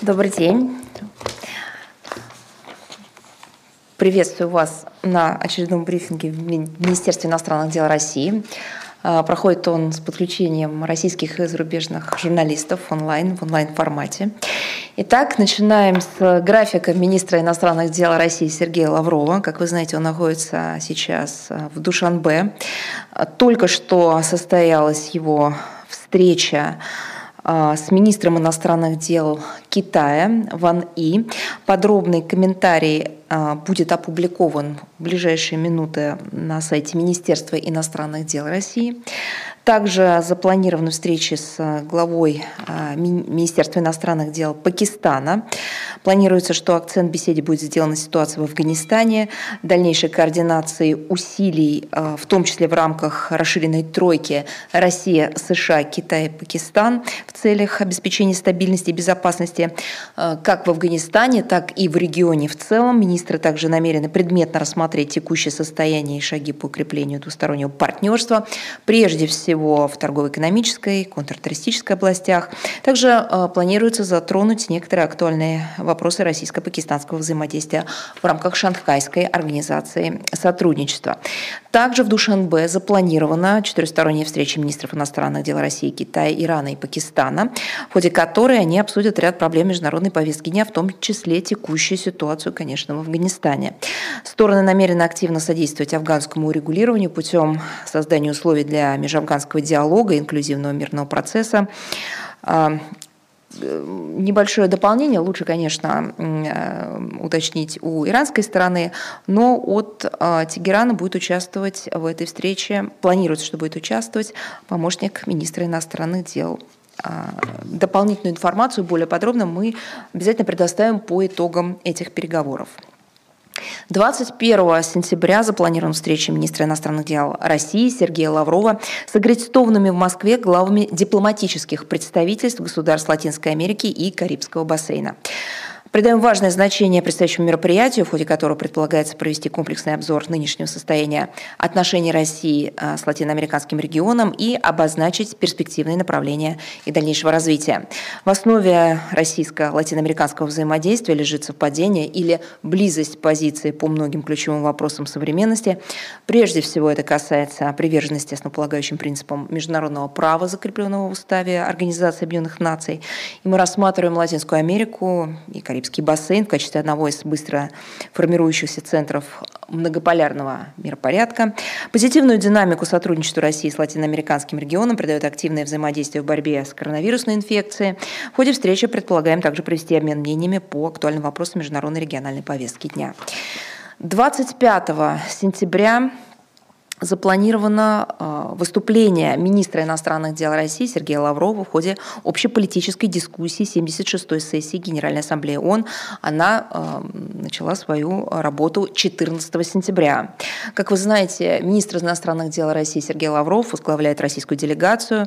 Добрый день. Приветствую вас на очередном брифинге в Министерстве иностранных дел России. Проходит он с подключением российских и зарубежных журналистов в онлайн-формате. Итак, начинаем с графика министра иностранных дел России Сергея Лаврова. Как вы знаете, он находится сейчас в Душанбе. Только что состоялась его встреча с министром иностранных дел Китая Ван И. Подробный комментарий будет опубликован в ближайшие минуты на сайте Министерства иностранных дел России. Также запланированы встречи с главой Министерства иностранных дел Пакистана. Планируется, что акцент в беседе будет сделан на ситуации в Афганистане, дальнейшей координации усилий, в том числе в рамках расширенной тройки Россия, США, Китай и Пакистан в целях обеспечения стабильности и безопасности как в Афганистане, так и в регионе в целом. Министры также намерены предметно рассмотреть текущее состояние и шаги по укреплению двустороннего партнерства, прежде всего в торгово-экономической, контртеррористической областях. Также планируется затронуть некоторые актуальные вопросы российско-пакистанского взаимодействия в рамках Шанхайской организации сотрудничества. Также в Душанбе запланирована четырехсторонняя встреча министров иностранных дел России, Китая, Ирана и Пакистана, в ходе которой они обсудят ряд проблем международной повестки дня, в том числе текущую ситуацию, конечно, в Афганистане. Стороны намерены активно содействовать афганскому урегулированию путем создания условий для межафганского диалога, инклюзивного мирного процесса. Небольшое дополнение, лучше, конечно, уточнить у иранской стороны, но от Тегерана будет участвовать в этой встрече, планируется, что будет участвовать помощник министра иностранных дел. Дополнительную информацию, более подробно, мы обязательно предоставим по итогам этих переговоров. 21 сентября запланирована встреча министра иностранных дел России Сергея Лаврова с аккредитованными в Москве главами дипломатических представительств государств Латинской Америки и Карибского бассейна. Придаем важное значение предстоящему мероприятию, в ходе которого предполагается провести комплексный обзор нынешнего состояния отношений России с латиноамериканским регионом и обозначить перспективные направления и дальнейшего развития. В основе российско-латиноамериканского взаимодействия лежит совпадение или близость позиции по многим ключевым вопросам современности. Прежде всего это касается приверженности основополагающим принципам международного права, закрепленного в Уставе Организации Объединенных Наций. И мы рассматриваем Латинскую Америку и Карибский бассейн в качестве одного из быстро формирующихся центров многополярного миропорядка. Позитивную динамику сотрудничества России с латиноамериканским регионом придает активное взаимодействие в борьбе с коронавирусной инфекцией. В ходе встречи предполагаем также провести обмен мнениями по актуальным вопросам международной региональной повестки дня. 25 сентября запланировано выступление министра иностранных дел России Сергея Лаврова в ходе общеполитической дискуссии 76-й сессии Генеральной Ассамблеи ООН. Она начала свою работу 14 сентября. Как вы знаете, министр иностранных дел России Сергей Лавров возглавляет российскую делегацию.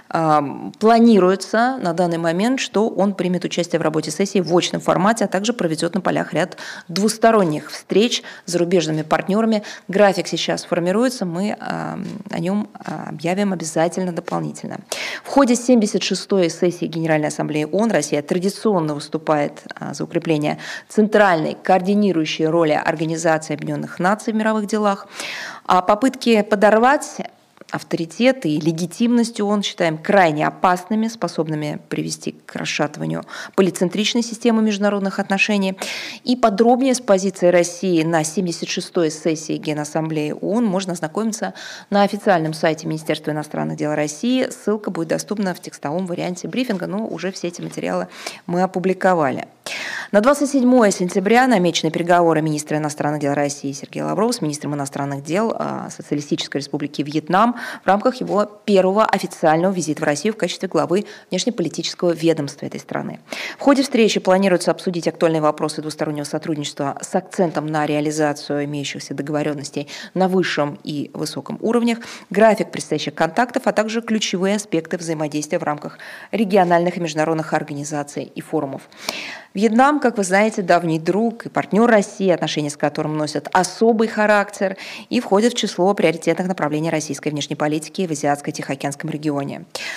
Планируется на данный момент, что он примет участие в работе сессии в очном формате, а также проведет на полях ряд двусторонних встреч с зарубежными партнерами. График сейчас формируется, мы о нем объявим обязательно дополнительно. В ходе 76-й сессии Генеральной Ассамблеи ООН Россия традиционно выступает за укрепление центральной координирующей роли Организации Объединенных Наций в мировых делах. А попытки подорвать авторитет и легитимность ООН считаем крайне опасными, способными привести к расшатыванию полицентричной системы международных отношений. И подробнее с позицией России на 76-й сессии Генассамблеи ООН можно ознакомиться на официальном сайте Министерства иностранных дел России. Ссылка будет доступна в текстовом варианте брифинга, но уже все эти материалы мы опубликовали. На 27 сентября намечены переговоры министра иностранных дел России Сергея Лаврова с министром иностранных дел Социалистической Республики Вьетнам в рамках его первого официального визита в Россию в качестве главы внешнеполитического ведомства этой страны. В ходе встречи планируется обсудить актуальные вопросы двустороннего сотрудничества с акцентом на реализацию имеющихся договоренностей на высшем и высоком уровнях, график предстоящих контактов, а также ключевые аспекты взаимодействия в рамках региональных и международных организаций и форумов. Вьетнам, как вы знаете, давний друг и партнер России, отношения с которым носят особый характер и входят в число приоритетных направлений российской внешней политики в Азиатско-Тихоокеанском регионе.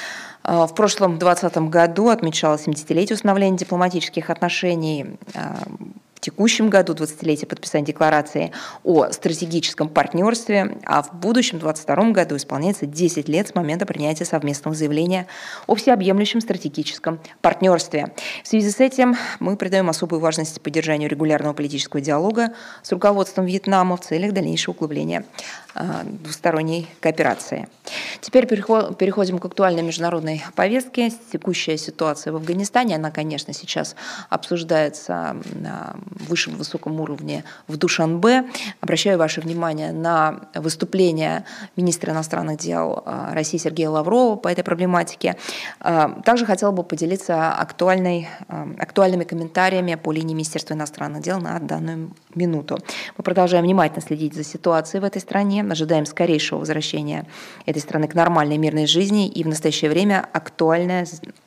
В прошлом 2020 году отмечалось 70-летие установления дипломатических отношений. В текущем году 20-летие подписания декларации о стратегическом партнерстве, а в будущем, 2022 году, исполняется 10 лет с момента принятия совместного заявления о всеобъемлющем стратегическом партнерстве. В связи с этим мы придаем особую важность поддержанию регулярного политического диалога с руководством Вьетнама в целях дальнейшего углубления двусторонней кооперации. Теперь переходим к актуальной международной повестке. Текущая ситуация в Афганистане, она, конечно, сейчас обсуждается на высшем высоком уровне в Душанбе. Обращаю ваше внимание на выступление министра иностранных дел России Сергея Лаврова по этой проблематике. Также хотела бы поделиться актуальными комментариями по линии Министерства иностранных дел на данную минуту. Мы продолжаем внимательно следить за ситуацией в этой стране, ожидаем скорейшего возвращения этой страны к нормальной мирной жизни, и в настоящее время актуально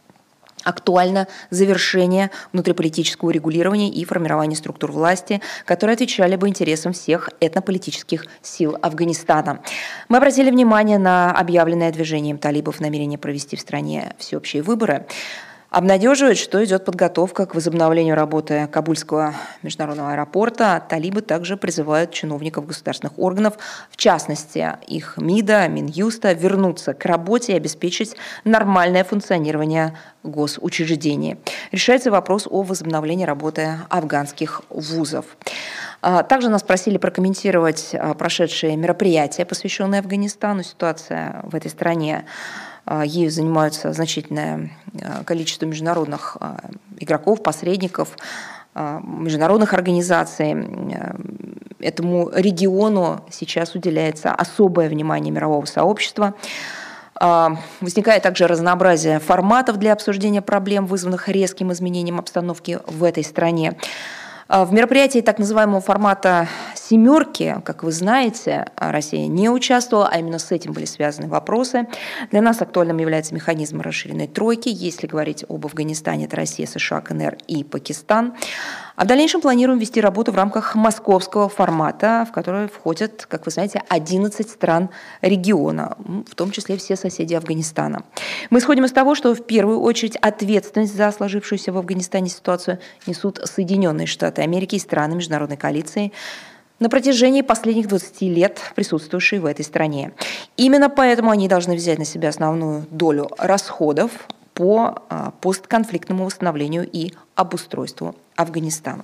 завершение внутриполитического регулирования и формирования структур власти, которые отвечали бы интересам всех этнополитических сил Афганистана. Мы обратили внимание на объявленное движением талибов намерение провести в стране всеобщие выборы. Обнадеживает, что идет подготовка к возобновлению работы Кабульского международного аэропорта. Талибы также призывают чиновников государственных органов, в частности их МИДа, Минюста, вернуться к работе и обеспечить нормальное функционирование госучреждений. Решается вопрос о возобновлении работы афганских вузов. Также нас просили прокомментировать прошедшие мероприятия, посвященные Афганистану. Ситуация в этой стране, ею занимаются значительное количество международных игроков, посредников, международных организаций. Этому региону сейчас уделяется особое внимание мирового сообщества. Возникает также разнообразие форматов для обсуждения проблем, вызванных резким изменением обстановки в этой стране. В мероприятии так называемого формата «семерки», как вы знаете, Россия не участвовала, а именно с этим были связаны вопросы. Для нас актуальным является механизм расширенной тройки. Если говорить об Афганистане, это Россия, США, КНР и Пакистан. А в дальнейшем планируем вести работу в рамках московского формата, в который входят, как вы знаете, 11 стран региона, в том числе все соседи Афганистана. Мы исходим из того, что в первую очередь ответственность за сложившуюся в Афганистане ситуацию несут Соединенные Штаты Америки и страны международной коалиции, на протяжении последних 20 лет присутствующие в этой стране. Именно поэтому они должны взять на себя основную долю расходов по постконфликтному восстановлению и обустройству Афганистана.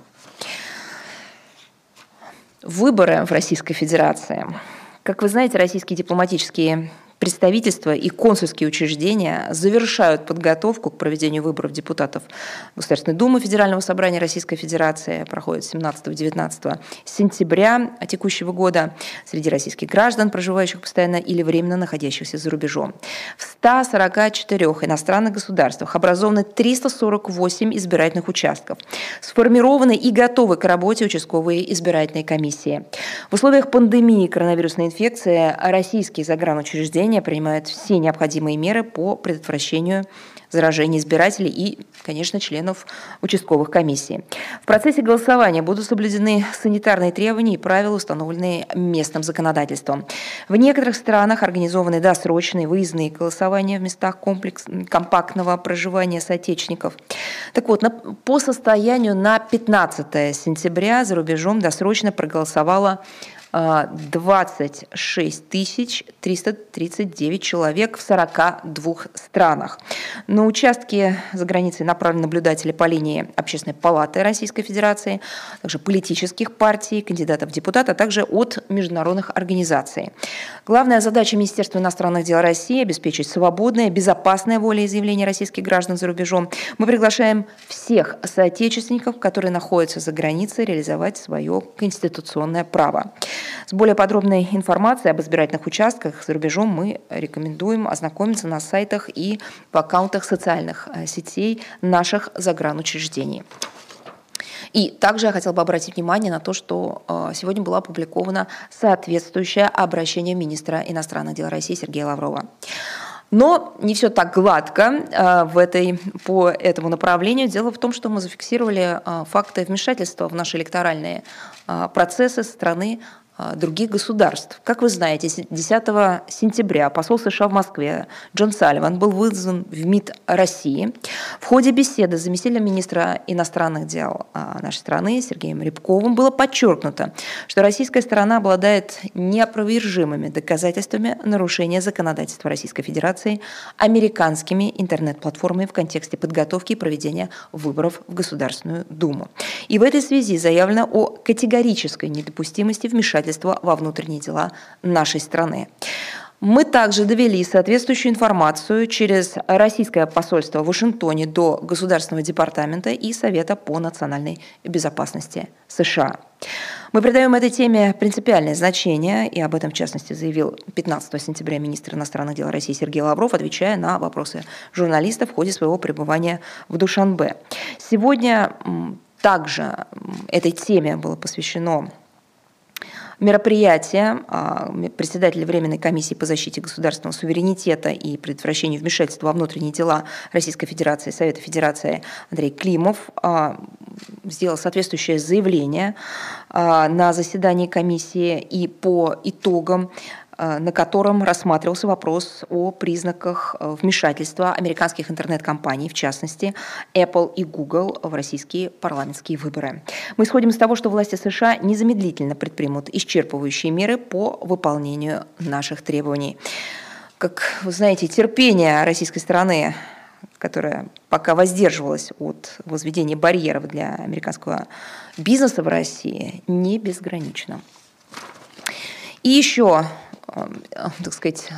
Выборы в Российской Федерации. Как вы знаете, российские дипломатические представительства и консульские учреждения завершают подготовку к проведению выборов депутатов Государственной Думы Федерального собрания Российской Федерации. Проходит 17-19 сентября текущего года среди российских граждан, проживающих постоянно или временно находящихся за рубежом. В 144 иностранных государствах образованы 348 избирательных участков. Сформированы и готовы к работе участковые избирательные комиссии. В условиях пандемии коронавирусной инфекции российские загранучреждения принимают все необходимые меры по предотвращению заражения избирателей и, конечно, членов участковых комиссий. В процессе голосования будут соблюдены санитарные требования и правила, установленные местным законодательством. В некоторых странах организованы досрочные выездные голосования в местах компактного проживания соотечественников. Так вот, по состоянию на 15 сентября за рубежом досрочно проголосовало 26 339 человек в 42 странах. На участке за границей направлены наблюдатели по линии Общественной палаты Российской Федерации, также политических партий, кандидатов в депутаты, а также от международных организаций. Главная задача Министерства иностранных дел России – обеспечить свободное, безопасное волеизъявление российских граждан за рубежом. Мы приглашаем всех соотечественников, которые находятся за границей, реализовать свое конституционное право. С более подробной информацией об избирательных участках за рубежом мы рекомендуем ознакомиться на сайтах и в аккаунтах социальных сетей наших загранучреждений. И также я хотела бы обратить внимание на то, что сегодня было опубликовано соответствующее обращение министра иностранных дел России Сергея Лаврова. Но не все так гладко по этому направлению. Дело в том, что мы зафиксировали факты вмешательства в наши электоральные процессы со стороны других государств. Как вы знаете, 10 сентября посол США в Москве Джон Салливан был вызван в МИД России. В ходе беседы с заместителем министра иностранных дел нашей страны Сергеем Рябковым было подчеркнуто, что российская сторона обладает неопровержимыми доказательствами нарушения законодательства Российской Федерации американскими интернет-платформами в контексте подготовки и проведения выборов в Государственную Думу. И в этой связи заявлено о категорической недопустимости вмешательства во внутренние дела нашей страны. Мы также довели соответствующую информацию через российское посольство в Вашингтоне до Государственного департамента и Совета по национальной безопасности США. Мы придаем этой теме принципиальное значение, и об этом, в частности, заявил 15 сентября министр иностранных дел России Сергей Лавров, отвечая на вопросы журналистов в ходе своего пребывания в Душанбе. Сегодня также этой теме было посвящено мероприятие председателя Временной комиссии по защите государственного суверенитета и предотвращению вмешательства во внутренние дела Российской Федерации, Совета Федерации Андрей Климов сделал соответствующее заявление на заседании комиссии и по итогам, на котором рассматривался вопрос о признаках вмешательства американских интернет-компаний, в частности Apple и Google, в российские парламентские выборы. Мы исходим из того, что власти США незамедлительно предпримут исчерпывающие меры по выполнению наших требований. Как вы знаете, терпение российской стороны, которая пока воздерживалась от возведения барьеров для американского бизнеса в России, не безгранично. И еще, так сказать,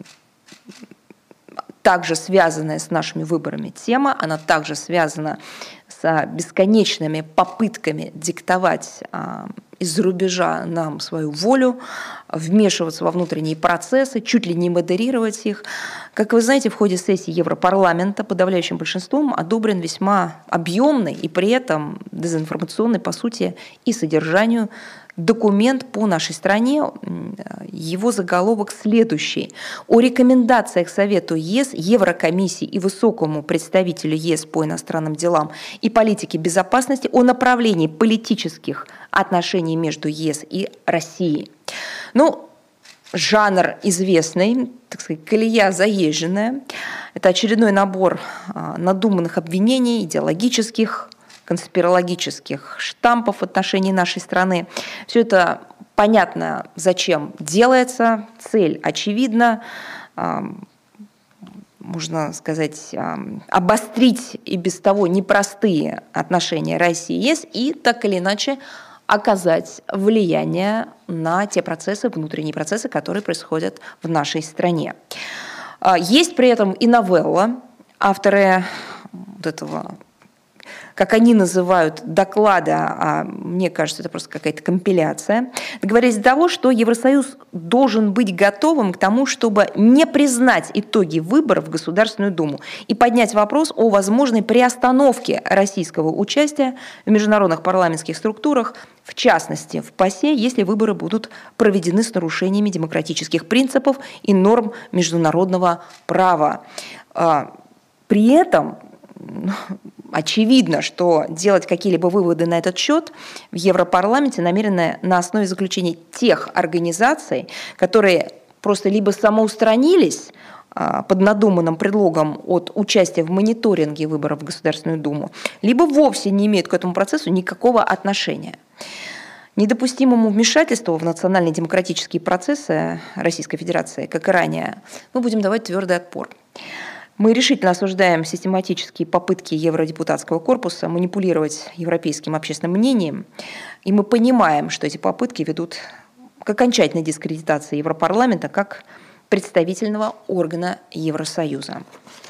также связанная с нашими выборами тема, она также связана с бесконечными попытками диктовать из-за рубежа нам свою волю, вмешиваться во внутренние процессы, чуть ли не модерировать их. Как вы знаете, в ходе сессии Европарламента подавляющим большинством одобрен весьма объемный и при этом дезинформационный, по сути, и содержанию документ по нашей стране. Его заголовок следующий: о рекомендациях Совету ЕС, Еврокомиссии и высокому представителю ЕС по иностранным делам и политике безопасности о направлении политических отношений между ЕС и Россией. Ну, жанр известный, так сказать, колея заезженная. Это очередной набор надуманных обвинений, идеологических, конспирологических штампов в отношении нашей страны. Все это понятно, зачем делается, цель очевидна, можно сказать, обострить и без того непростые отношения России и ЕС и так или иначе оказать влияние на те процессы, внутренние процессы, которые происходят в нашей стране. Есть при этом и новелла, авторы вот этого, как они называют, доклада, а мне кажется, это просто какая-то компиляция, договорились до того, что Евросоюз должен быть готовым к тому, чтобы не признать итоги выборов в Государственную Думу и поднять вопрос о возможной приостановке российского участия в международных парламентских структурах, в частности, в ПАСЕ, если выборы будут проведены с нарушениями демократических принципов и норм международного права. При этом очевидно, что делать какие-либо выводы на этот счет в Европарламенте намерены на основе заключений тех организаций, которые просто либо самоустранились под надуманным предлогом от участия в мониторинге выборов в Государственную Думу, либо вовсе не имеют к этому процессу никакого отношения. Недопустимому вмешательству в национальные демократические процессы Российской Федерации, как и ранее, мы будем давать твердый отпор. Мы решительно осуждаем систематические попытки евродепутатского корпуса манипулировать европейским общественным мнением, и мы понимаем, что эти попытки ведут к окончательной дискредитации Европарламента как представительного органа Евросоюза.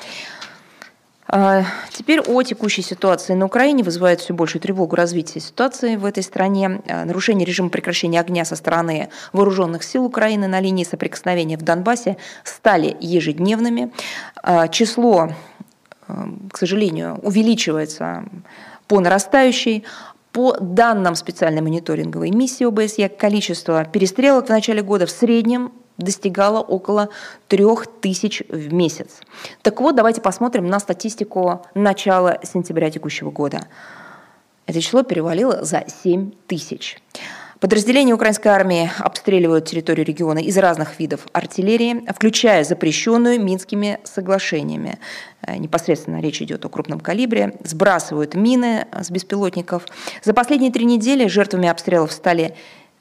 Теперь о текущей ситуации на Украине. Вызывает все большую тревогу развитие ситуации в этой стране. Нарушение режима прекращения огня со стороны вооруженных сил Украины на линии соприкосновения в Донбассе стали ежедневными. Число, к сожалению, увеличивается по нарастающей. По данным специальной мониторинговой миссии ОБСЕ, количество перестрелок в начале года в среднем достигало около 3000 в месяц. Так вот, давайте посмотрим на статистику начала сентября текущего года. Это число перевалило за 7000. Подразделения украинской армии обстреливают территорию региона из разных видов артиллерии, включая запрещенную Минскими соглашениями. Непосредственно речь идет о крупном калибре. Сбрасывают мины с беспилотников. За последние 3 недели жертвами обстрелов стали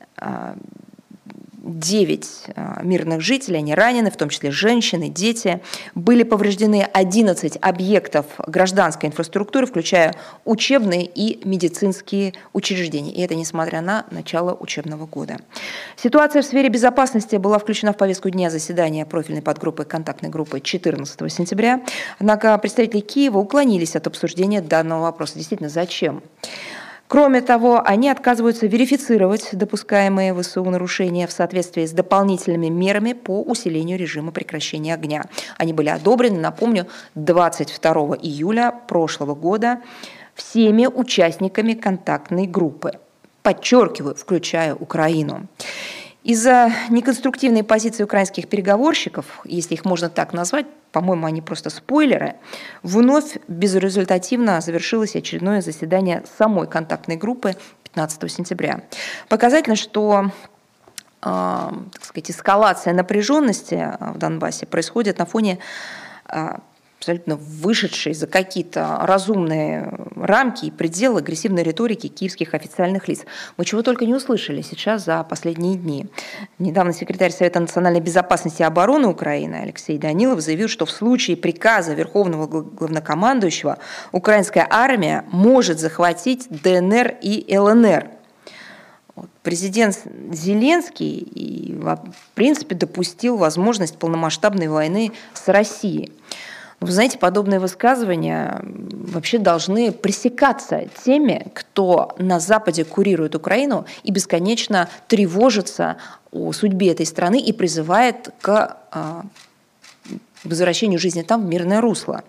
9 мирных жителей, они ранены, в том числе женщины, дети. Были повреждены 11 объектов гражданской инфраструктуры, включая учебные и медицинские учреждения. И это несмотря на начало учебного года. Ситуация в сфере безопасности была включена в повестку дня заседания профильной подгруппы контактной группы 14 сентября. Однако представители Киева уклонились от обсуждения данного вопроса. Действительно, зачем? Кроме того, они отказываются верифицировать допускаемые ВСУ нарушения в соответствии с дополнительными мерами по усилению режима прекращения огня. Они были одобрены, напомню, 22 июля прошлого года всеми участниками контактной группы. Подчеркиваю, включая Украину. Из-за неконструктивной позиции украинских переговорщиков, если их можно так назвать, по-моему, они просто спойлеры, вновь безрезультативно завершилось очередное заседание самой контактной группы 15 сентября. Показательно, что так сказать, эскалация напряженности в Донбассе происходит на фоне абсолютно вышедшей за какие-то разумные рамки и пределы агрессивной риторики киевских официальных лиц. Мы чего только не услышали сейчас за последние дни. Недавно секретарь Совета национальной безопасности и обороны Украины Алексей Данилов заявил, что в случае приказа Верховного главнокомандующего украинская армия может захватить ДНР и ЛНР. Президент Зеленский, в принципе, допустил возможность полномасштабной войны с Россией. Вы знаете, подобные высказывания вообще должны пресекаться теми, кто на Западе курирует Украину и бесконечно тревожится о судьбе этой страны и призывает к возвращению жизни там в мирное русло.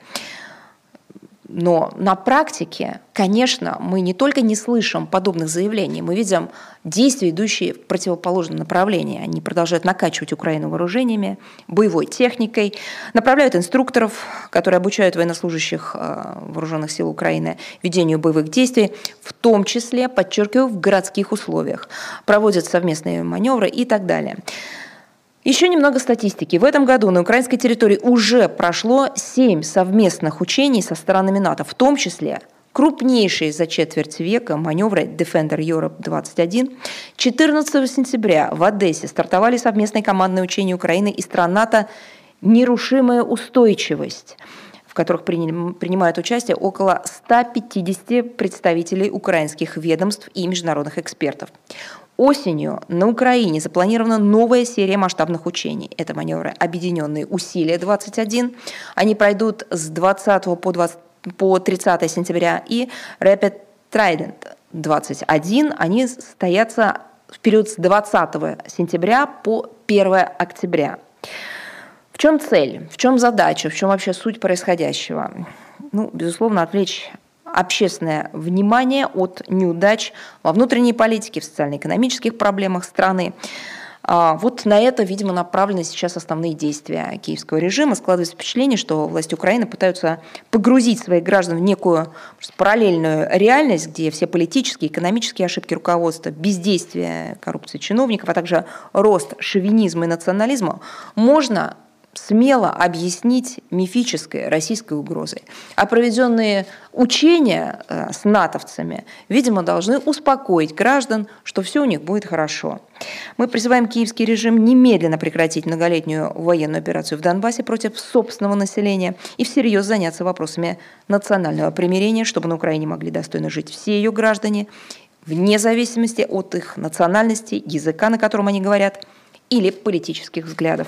Но на практике, конечно, мы не только не слышим подобных заявлений, мы видим действия, идущие в противоположном направлении. Они продолжают накачивать Украину вооружениями, боевой техникой, направляют инструкторов, которые обучают военнослужащих вооруженных сил Украины ведению боевых действий, в том числе, подчеркиваю, в городских условиях, проводят совместные маневры и так далее. Еще немного статистики. В этом году на украинской территории уже прошло 7 совместных учений со странами НАТО, в том числе крупнейшие за четверть века маневры Defender Europe 21. 14 сентября в Одессе стартовали совместные командные учения Украины и стран НАТО «Нерушимая устойчивость», в которых принимают участие около 150 представителей украинских ведомств и международных экспертов. Осенью на Украине запланирована новая серия масштабных учений. Это маневры «Объединенные усилия-21». Они пройдут с 20 по 30 сентября. И Rapid Trident 21. Они состоятся в период с 20 сентября по 1 октября. В чем цель, в чем задача, в чем вообще суть происходящего? Безусловно, отвлечь общественное внимание от неудач во внутренней политике, в социально-экономических проблемах страны. Вот на это, видимо, направлены сейчас основные действия киевского режима. Складывается впечатление, что власти Украины пытаются погрузить своих граждан в некую параллельную реальность, где все политические, экономические ошибки руководства, бездействие, коррупция чиновников, а также рост шовинизма и национализма можно смело объяснить мифической российской угрозой. А проведенные учения с натовцами, видимо, должны успокоить граждан, что все у них будет хорошо. Мы призываем киевский режим немедленно прекратить многолетнюю военную операцию в Донбассе против собственного населения и всерьез заняться вопросами национального примирения, чтобы на Украине могли достойно жить все ее граждане, вне зависимости от их национальности, языка, на котором они говорят, или политических взглядов.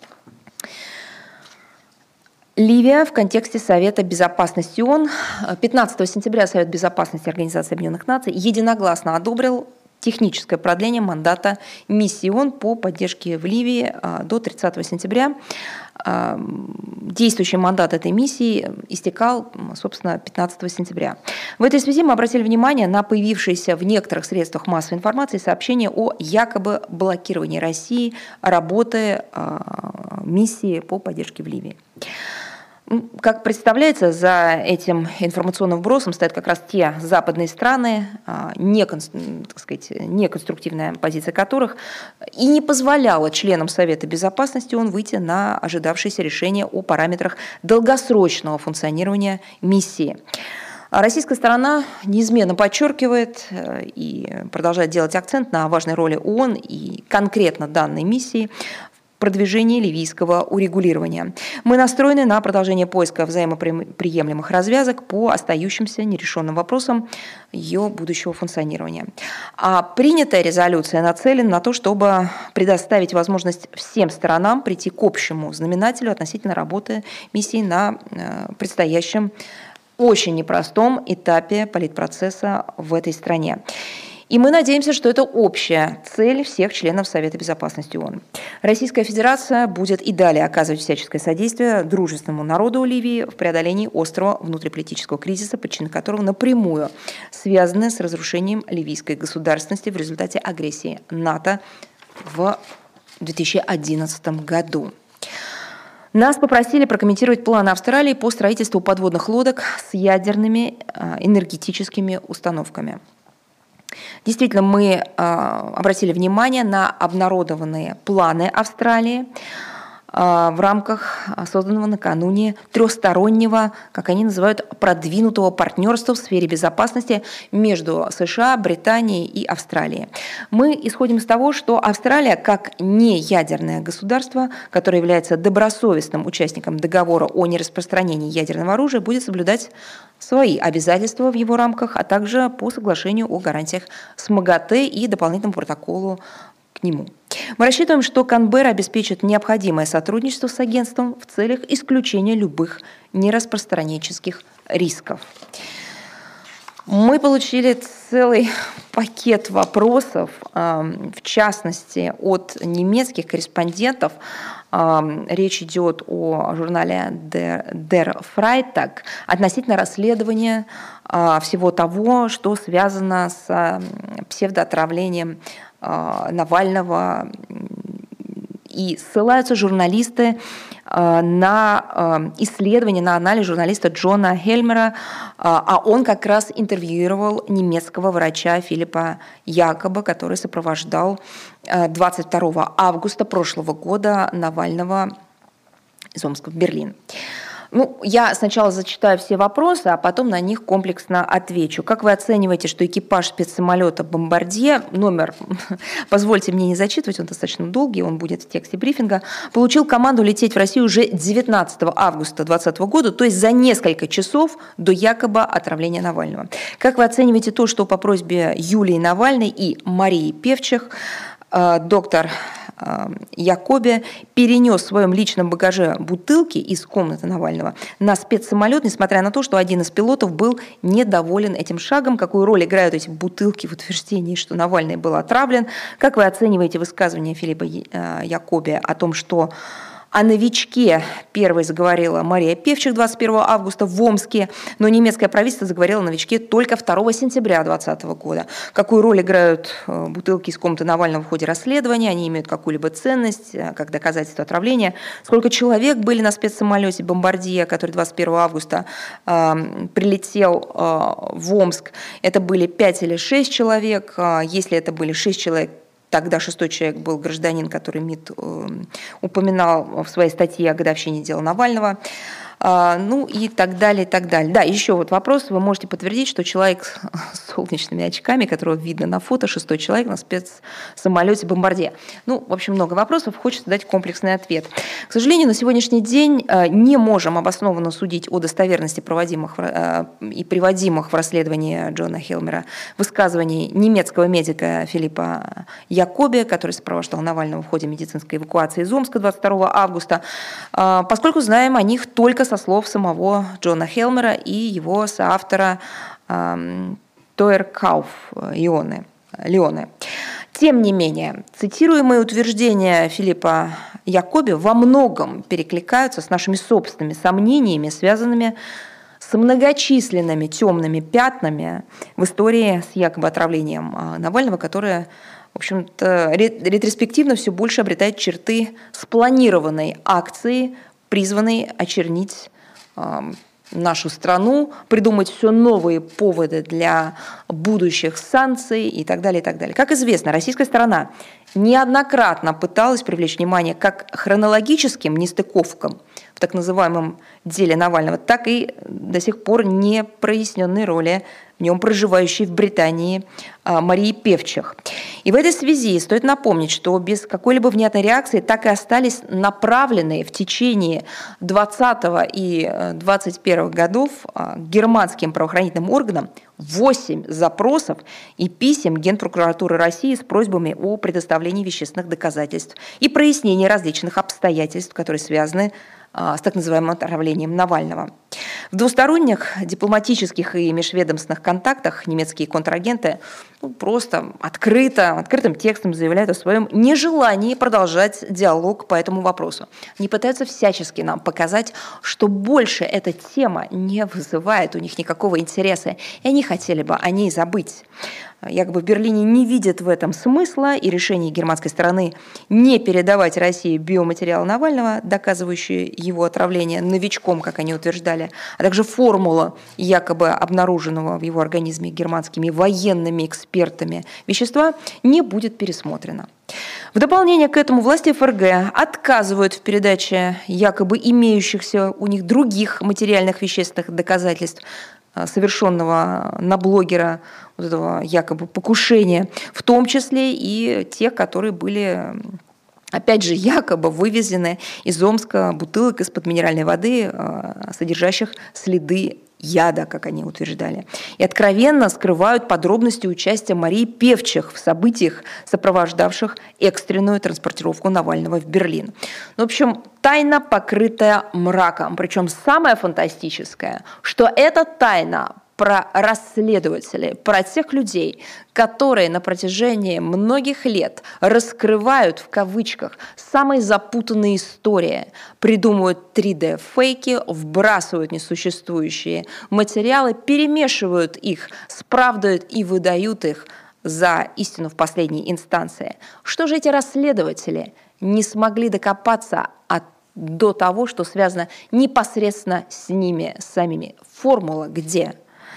Ливия в контексте Совета Безопасности ООН. 15 сентября Совет Безопасности Организации Объединенных Наций единогласно одобрил техническое продление мандата миссии ООН по поддержке в Ливии до 30 сентября. Действующий мандат этой миссии истекал, собственно, 15 сентября. В этой связи мы обратили внимание на появившиеся в некоторых средствах массовой информации сообщения о якобы блокировании России работы миссии по поддержке в Ливии. Как представляется, за этим информационным вбросом стоят как раз те западные страны, неконструктивная позиция которых и не позволяла членам Совета Безопасности ООН выйти на ожидавшееся решение о параметрах долгосрочного функционирования миссии. А российская сторона неизменно подчеркивает и продолжает делать акцент на важной роли ООН и конкретно данной миссии продвижение ливийского урегулирования. Мы настроены на продолжение поиска взаимоприемлемых развязок по остающимся нерешенным вопросам ее будущего функционирования. А принятая резолюция нацелена на то, чтобы предоставить возможность всем сторонам прийти к общему знаменателю относительно работы миссии на предстоящем очень непростом этапе политпроцесса в этой стране. И мы надеемся, что это общая цель всех членов Совета Безопасности ООН. Российская Федерация будет и далее оказывать всяческое содействие дружественному народу Ливии в преодолении острого внутриполитического кризиса, причины которого напрямую связаны с разрушением ливийской государственности в результате агрессии НАТО в 2011 году. Нас попросили прокомментировать планы Австралии по строительству подводных лодок с ядерными энергетическими установками. Действительно, мы обратили внимание на обнародованные планы Австралии в рамках созданного накануне трехстороннего, как они называют, продвинутого партнерства в сфере безопасности между США, Британией и Австралией. Мы исходим из того, что Австралия, как неядерное государство, которое является добросовестным участником договора о нераспространении ядерного оружия, будет соблюдать свои обязательства в его рамках, а также по соглашению о гарантиях с МАГАТЭ и дополнительному протоколу к нему. Мы рассчитываем, что Канберра обеспечит необходимое сотрудничество с агентством в целях исключения любых нераспространенческих рисков. Мы получили целый пакет вопросов, в частности, от немецких корреспондентов. Речь идет о журнале Der Freitag относительно расследования всего того, что связано с псевдоотравлением Навального, и ссылаются журналисты на исследование, на анализ журналиста Джона Хельмера, а он как раз интервьюировал немецкого врача Филиппа Якоба, который сопровождал 22 августа прошлого года Навального из Омска в Берлин. Я сначала зачитаю все вопросы, а потом на них комплексно отвечу. Как вы оцениваете, что экипаж спецсамолета «Бомбардье», номер, позвольте мне не зачитывать, он достаточно долгий, он будет в тексте брифинга, получил команду лететь в Россию уже 19 августа 2020 года, то есть за несколько часов до якобы отравления Навального? Как вы оцениваете то, что по просьбе Юлии Навальной и Марии Певчих доктор Якобе перенес в своем личном багаже бутылки из комнаты Навального на спецсамолет, несмотря на то, что один из пилотов был недоволен этим шагом? Какую роль играют эти бутылки в утверждении, что Навальный был отравлен? Как вы оцениваете высказывание Филиппа Якобе о том, что о новичке первой заговорила Мария Певчих 21 августа в Омске, но немецкое правительство заговорило о новичке только 2 сентября 2020 года. Какую роль играют бутылки из комнаты Навального в ходе расследования? Они имеют какую-либо ценность, как доказательство отравления? Сколько человек были на спецсамолете «Бомбардье», который 21 августа прилетел в Омск? Это были 5 или 6 человек. Если это были 6 человек, тогда 6-й человек был гражданин, который МИД упоминал в своей статье о годовщине дела Навального. И так далее, и так далее. Да, еще вот вопрос. Вы можете подтвердить, что человек с солнечными очками, которого видно на фото, 6-й человек на спецсамолете «Бомбардье». В общем, много вопросов, хочется дать комплексный ответ. К сожалению, на сегодняшний день не можем обоснованно судить о достоверности проводимых и приводимых в расследовании Джона Хельмера высказываний немецкого медика Филиппа Якобе, который сопровождал Навального в ходе медицинской эвакуации из Омска 22 августа, поскольку знаем о них только со слов самого Джона Хельмера и его соавтора Тойер Кауф Леоне. Тем не менее, цитируемые утверждения Филиппа Якобе во многом перекликаются с нашими собственными сомнениями, связанными с многочисленными темными пятнами в истории с якобы отравлением Навального, которое, в общем-то, ретроспективно все больше обретает черты спланированной акции, призванной очернить нашу страну, придумать все новые поводы для будущих санкций и так далее, и так далее. Как известно, российская сторона неоднократно пыталась привлечь внимание как к хронологическим нестыковкам в так называемом деле Навального, так и до сих пор не проясненной роли в нем проживающей в Британии Марии Певчих. И в этой связи стоит напомнить, что без какой-либо внятной реакции так и остались направленные в течение 2020 и 2021 годов германским правоохранительным органам 8 запросов и писем Генпрокуратуры России с просьбами о предоставлении вещественных доказательств и прояснении различных обстоятельств, которые связаны с так называемым отравлением Навального. В двусторонних дипломатических и межведомственных контактах немецкие контрагенты просто открытым текстом заявляют о своем нежелании продолжать диалог по этому вопросу. Они пытаются всячески нам показать, что больше эта тема не вызывает у них никакого интереса, и они хотели бы о ней забыть. Якобы в Берлине не видят в этом смысла, и решение германской стороны не передавать России биоматериал Навального, доказывающие его отравление новичком, как они утверждали, а также формула якобы обнаруженного в его организме германскими военными экспертами вещества, не будет пересмотрена. В дополнение к этому власти ФРГ отказывают в передаче якобы имеющихся у них других материальных вещественных доказательств совершенного на блогера вот этого якобы покушения, в том числе и тех, которые были, опять же, якобы вывезены из Омска бутылок из-под минеральной воды, содержащих следы яда, как они утверждали, и откровенно скрывают подробности участия Марии Певчих в событиях, сопровождавших экстренную транспортировку Навального в Берлин. В общем, тайна, покрытая мраком. Причем самое фантастическое, что эта тайна про расследователей, про тех людей, которые на протяжении многих лет раскрывают, в кавычках, самые запутанные истории, придумывают 3D-фейки, вбрасывают несуществующие материалы, перемешивают их, справдывают и выдают их за истину в последней инстанции. Что же эти расследователи не смогли докопаться до того, что связано непосредственно с ними самими? Формула где?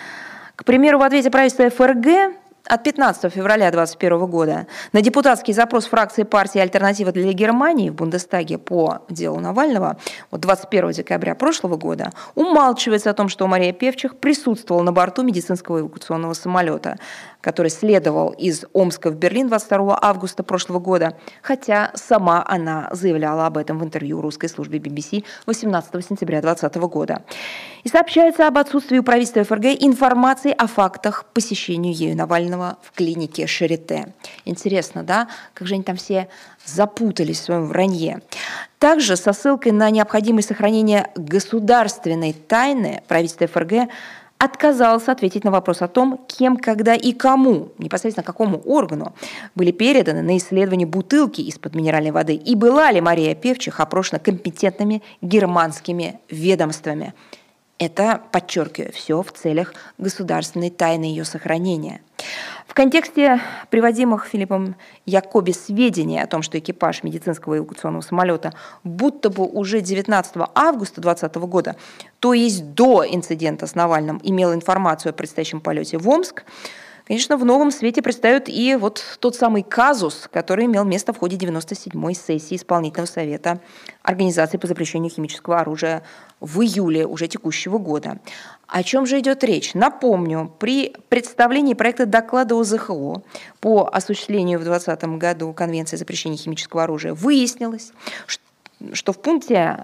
К примеру, в ответе правительства ФРГ от 15 февраля 2021 года на депутатский запрос фракции партии «Альтернатива для Германии» в Бундестаге по делу Навального 21 декабря прошлого года умалчивается о том, что Мария Певчих присутствовала на борту медицинского эвакуационного самолета, который следовал из Омска в Берлин 22 августа прошлого года, хотя сама она заявляла об этом в интервью русской службе BBC 18 сентября 2020 года. И сообщается об отсутствии у правительства ФРГ информации о фактах посещения ею Навального в клинике Шарите. Интересно, да? Как же они там все запутались в своем вранье. Также со ссылкой на необходимость сохранения государственной тайны правительство ФРГ отказалась ответить на вопрос о том, кем, когда и кому, непосредственно какому органу, были переданы на исследование бутылки из-под минеральной воды, и была ли Мария Певчих опрошена компетентными германскими ведомствами. Это, подчеркиваю, все в целях государственной тайны ее сохранения. В контексте приводимых Филиппом Якоби сведений о том, что экипаж медицинского эвакуационного самолета будто бы уже 19 августа 2020 года, то есть до инцидента с Навальным, имел информацию о предстоящем полете в Омск, конечно, в новом свете предстает и вот тот самый казус, который имел место в ходе 97-й сессии Исполнительного совета Организации по запрещению химического оружия в июле уже текущего года. О чем же идет речь? Напомню, при представлении проекта доклада ОЗХО по осуществлению в 2020 году Конвенции о запрещении химического оружия выяснилось, что в пункте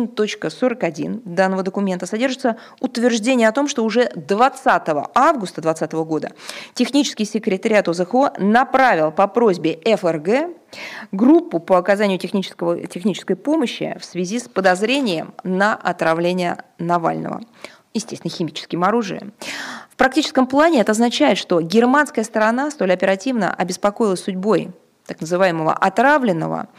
1.41 данного документа содержится утверждение о том, что уже 20 августа 2020 года технический секретариат ОЗХО направил по просьбе ФРГ группу по оказанию технической помощи в связи с подозрением на отравление Навального, естественно, химическим оружием. В практическом плане это означает, что германская сторона столь оперативно обеспокоилась судьбой так называемого отравленного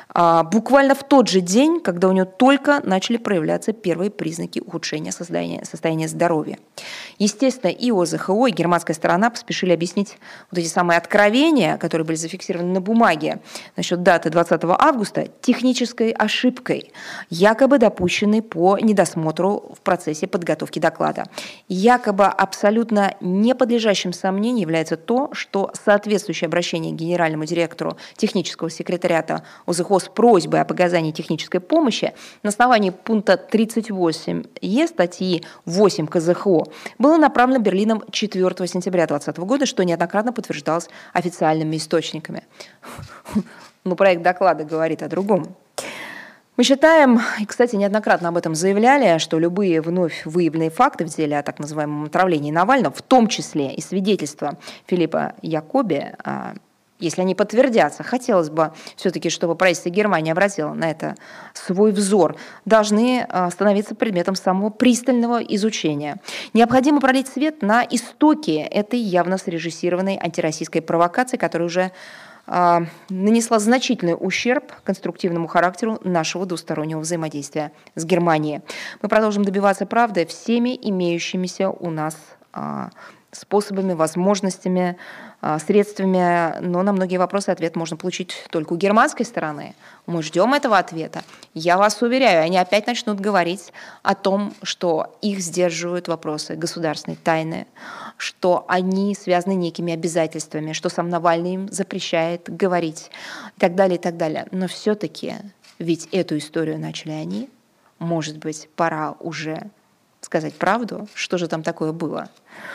буквально в тот же день, когда у него только начали проявляться первые признаки ухудшения состояния здоровья. Естественно, и ОЗХО, и германская сторона поспешили объяснить вот эти самые откровения, которые были зафиксированы на бумаге насчет даты 20 августа, технической ошибкой, якобы допущенной по недосмотру в процессе подготовки доклада. Якобы абсолютно не подлежащим сомнению является то, что соответствующее обращение к генеральному директору технического секретариата ОЗХО с просьбой об оказании технической помощи на основании пункта 38Е статьи 8 КЗХО было направлено Берлином 4 сентября 2020 года, что неоднократно подтверждалось официальными источниками. Но проект доклада говорит о другом. Мы считаем, и, кстати, неоднократно об этом заявляли, что любые вновь выявленные факты в деле о так называемом отравлении Навального, в том числе и свидетельства Филиппа Якоби, если они подтвердятся, хотелось бы все-таки, чтобы правительство Германии обратило на это свой взор, должны становиться предметом самого пристального изучения. Необходимо пролить свет на истоки этой явно срежиссированной антироссийской провокации, которая уже нанесла значительный ущерб конструктивному характеру нашего двустороннего взаимодействия с Германией. Мы продолжим добиваться правды всеми имеющимися у нас способами, возможностями, средствами, но на многие вопросы ответ можно получить только у германской стороны. Мы ждем этого ответа. Я вас уверяю, они опять начнут говорить о том, что их сдерживают вопросы государственной тайны, что они связаны некими обязательствами, что сам Навальный им запрещает говорить и так далее, и так далее. Но все-таки, ведь эту историю начали они, может быть, пора уже сказать правду, что же там такое было.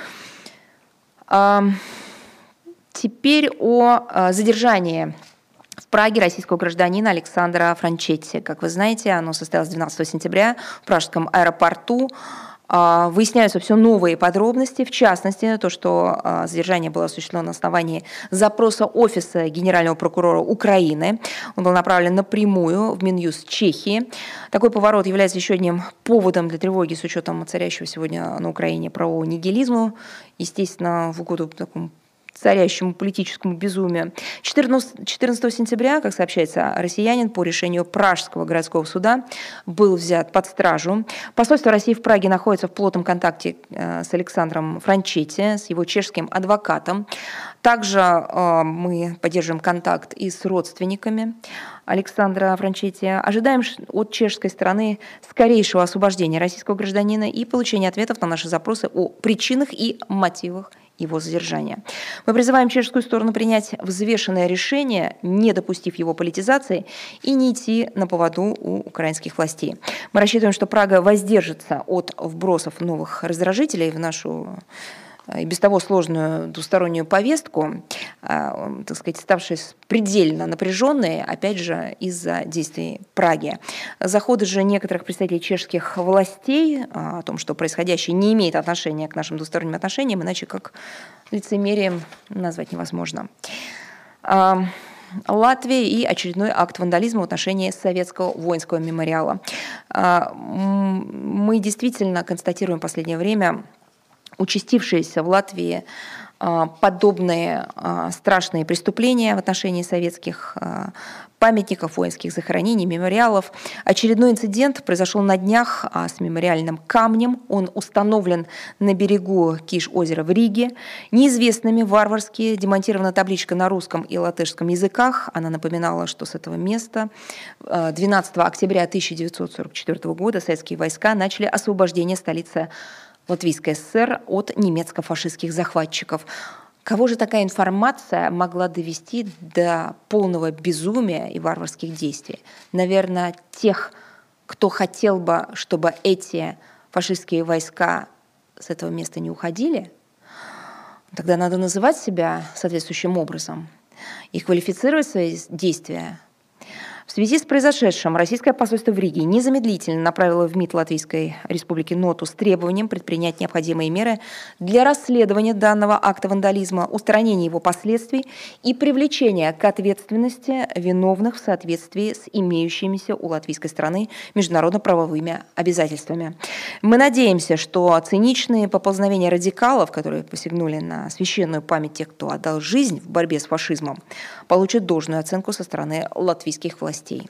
Теперь о задержании в Праге российского гражданина Александра Франчетти. Как вы знаете, оно состоялось 12 сентября в пражском аэропорту. Выясняются все новые подробности, в частности, то, что задержание было осуществлено на основании запроса Офиса Генерального прокурора Украины. Он был направлен напрямую в Минюст Чехии. Такой поворот является еще одним поводом для тревоги с учетом царящего сегодня на Украине правового нигилизма, естественно, в угоду такому царящему политическому безумию. 14 сентября, как сообщается, россиянин по решению Пражского городского суда был взят под стражу. Посольство России в Праге находится в плотном контакте с Александром Франчетти, с его чешским адвокатом. Также мы поддерживаем контакт и с родственниками Александра Франчетти. Ожидаем от чешской стороны скорейшего освобождения российского гражданина и получения ответов на наши запросы о причинах и мотивах его задержания. Мы призываем чешскую сторону принять взвешенное решение, не допустив его политизации, и не идти на поводу у украинских властей. Мы рассчитываем, что Прага воздержится от вбросов новых раздражителей в нашу и без того сложную двустороннюю повестку, так сказать, ставшей предельно напряженной, опять же, из-за действий Праги. Заходы же некоторых представителей чешских властей о том, что происходящее не имеет отношения к нашим двусторонним отношениям, иначе как лицемерием назвать невозможно. Латвия и очередной акт вандализма в отношении советского воинского мемориала. Мы действительно констатируем в последнее время участившиеся в Латвии подобные страшные преступления в отношении советских памятников, воинских захоронений, мемориалов. Очередной инцидент произошел на днях с мемориальным камнем. Он установлен на берегу Киш-озера в Риге. Неизвестными варварски демонтирована табличка на русском и латышском языках. Она напоминала, что с этого места 12 октября 1944 года советские войска начали освобождение столицы Латвийской ССР от немецко-фашистских захватчиков. Кого же такая информация могла довести до полного безумия и варварских действий? Наверное, тех, кто хотел бы, чтобы эти фашистские войска с этого места не уходили. Тогда надо называть себя соответствующим образом и квалифицировать свои действия. В связи с произошедшим российское посольство в Риге незамедлительно направило в МИД Латвийской Республики ноту с требованием предпринять необходимые меры для расследования данного акта вандализма, устранения его последствий и привлечения к ответственности виновных в соответствии с имеющимися у латвийской страны международно-правовыми обязательствами. Мы надеемся, что циничные поползновения радикалов, которые посягнули на священную память тех, кто отдал жизнь в борьбе с фашизмом, получат должную оценку со стороны латвийских властей. новостей.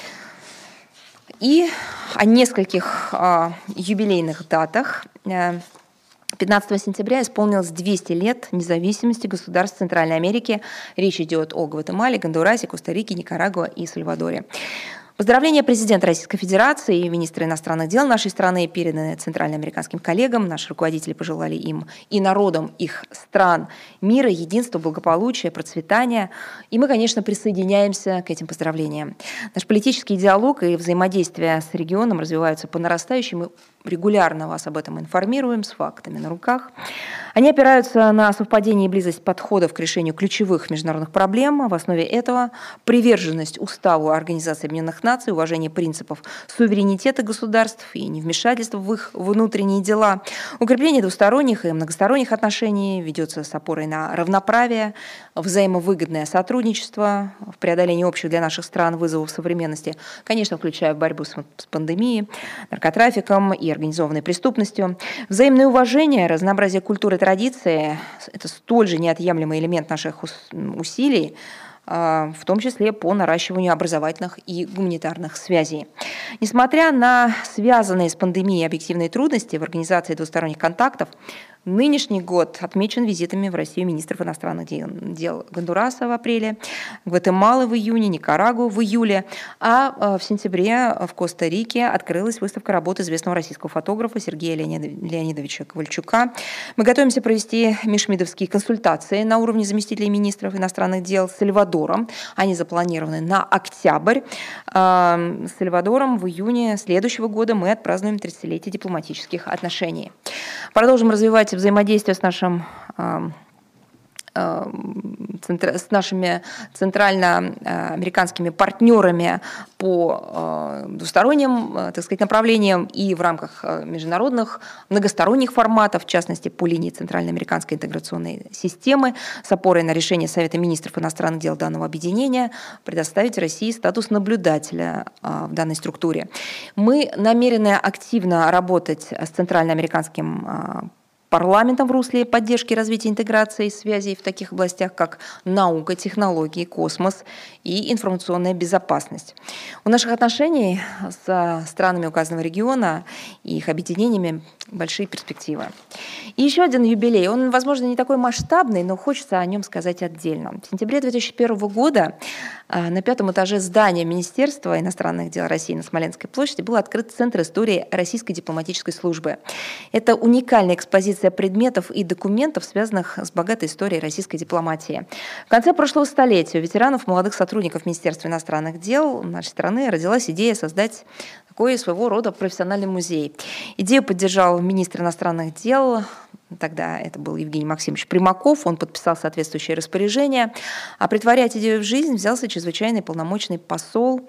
И о нескольких юбилейных датах. 15 сентября исполнилось 200 лет независимости государств Центральной Америки. Речь идет о Гватемале, Гондурасе, Коста-Рике, Никарагуа и Сальвадоре. Поздравления президента Российской Федерации и министра иностранных дел нашей страны переданы центральноамериканским коллегам. Наши руководители пожелали им и народам их стран мира, единства, благополучия, процветания. И мы, конечно, присоединяемся к этим поздравлениям. Наш политический диалог и взаимодействие с регионом развиваются по нарастающей. Мы регулярно вас об этом информируем с фактами на руках. Они опираются на совпадение и близость подходов к решению ключевых международных проблем. В основе этого приверженность Уставу Организации Объединенных Наций, уважение принципов суверенитета государств и невмешательства в их внутренние дела. Укрепление двусторонних и многосторонних отношений ведется с опорой на равноправие, взаимовыгодное сотрудничество в преодолении общих для наших стран вызовов современности, конечно, включая борьбу с пандемией, наркотрафиком и организованной преступностью. Взаимное уважение, разнообразие культуры и традиции – это столь же неотъемлемый элемент наших усилий, в том числе по наращиванию образовательных и гуманитарных связей. Несмотря на связанные с пандемией объективные трудности в организации двусторонних контактов, нынешний год отмечен визитами в Россию министров иностранных дел Гондураса в апреле, Гватемалы в июне, Никарагуа в июле, а в сентябре в Коста-Рике открылась выставка работ известного российского фотографа Сергея Леонидовича Ковальчука. Мы готовимся провести межмидовские консультации на уровне заместителей министров иностранных дел с Сальвадором. Они запланированы на октябрь. С Сальвадором в июне следующего года мы отпразднуем 30-летие дипломатических отношений. Продолжим развивать взаимодействие с нашими центральноамериканскими партнерами по двусторонним, так сказать, направлениям и в рамках международных многосторонних форматов, в частности, по линии Центральноамериканской интеграционной системы, с опорой на решение Совета министров иностранных дел данного объединения предоставить России статус наблюдателя в данной структуре. Мы намерены активно работать с центральноамериканским парламентом в русле поддержки развития интеграции и связей в таких областях, как наука, технологии, космос и информационная безопасность. У наших отношений со странами указанного региона и их объединениями большие перспективы. И еще один юбилей. Он, возможно, не такой масштабный, но хочется о нем сказать отдельно. В сентябре 2001 года на 5-м этаже здания Министерства иностранных дел России на Смоленской площади был открыт Центр истории Российской дипломатической службы. Это уникальная экспозиция предметов и документов, связанных с богатой историей российской дипломатии. В конце прошлого столетия у ветеранов, молодых сотрудников Министерства иностранных дел нашей страны родилась идея создать такой своего рода профессиональный музей. Идею поддержал министр иностранных дел, тогда это был Евгений Максимович Примаков, он подписал соответствующее распоряжение, а претворять идею в жизнь взялся чрезвычайный полномочный посол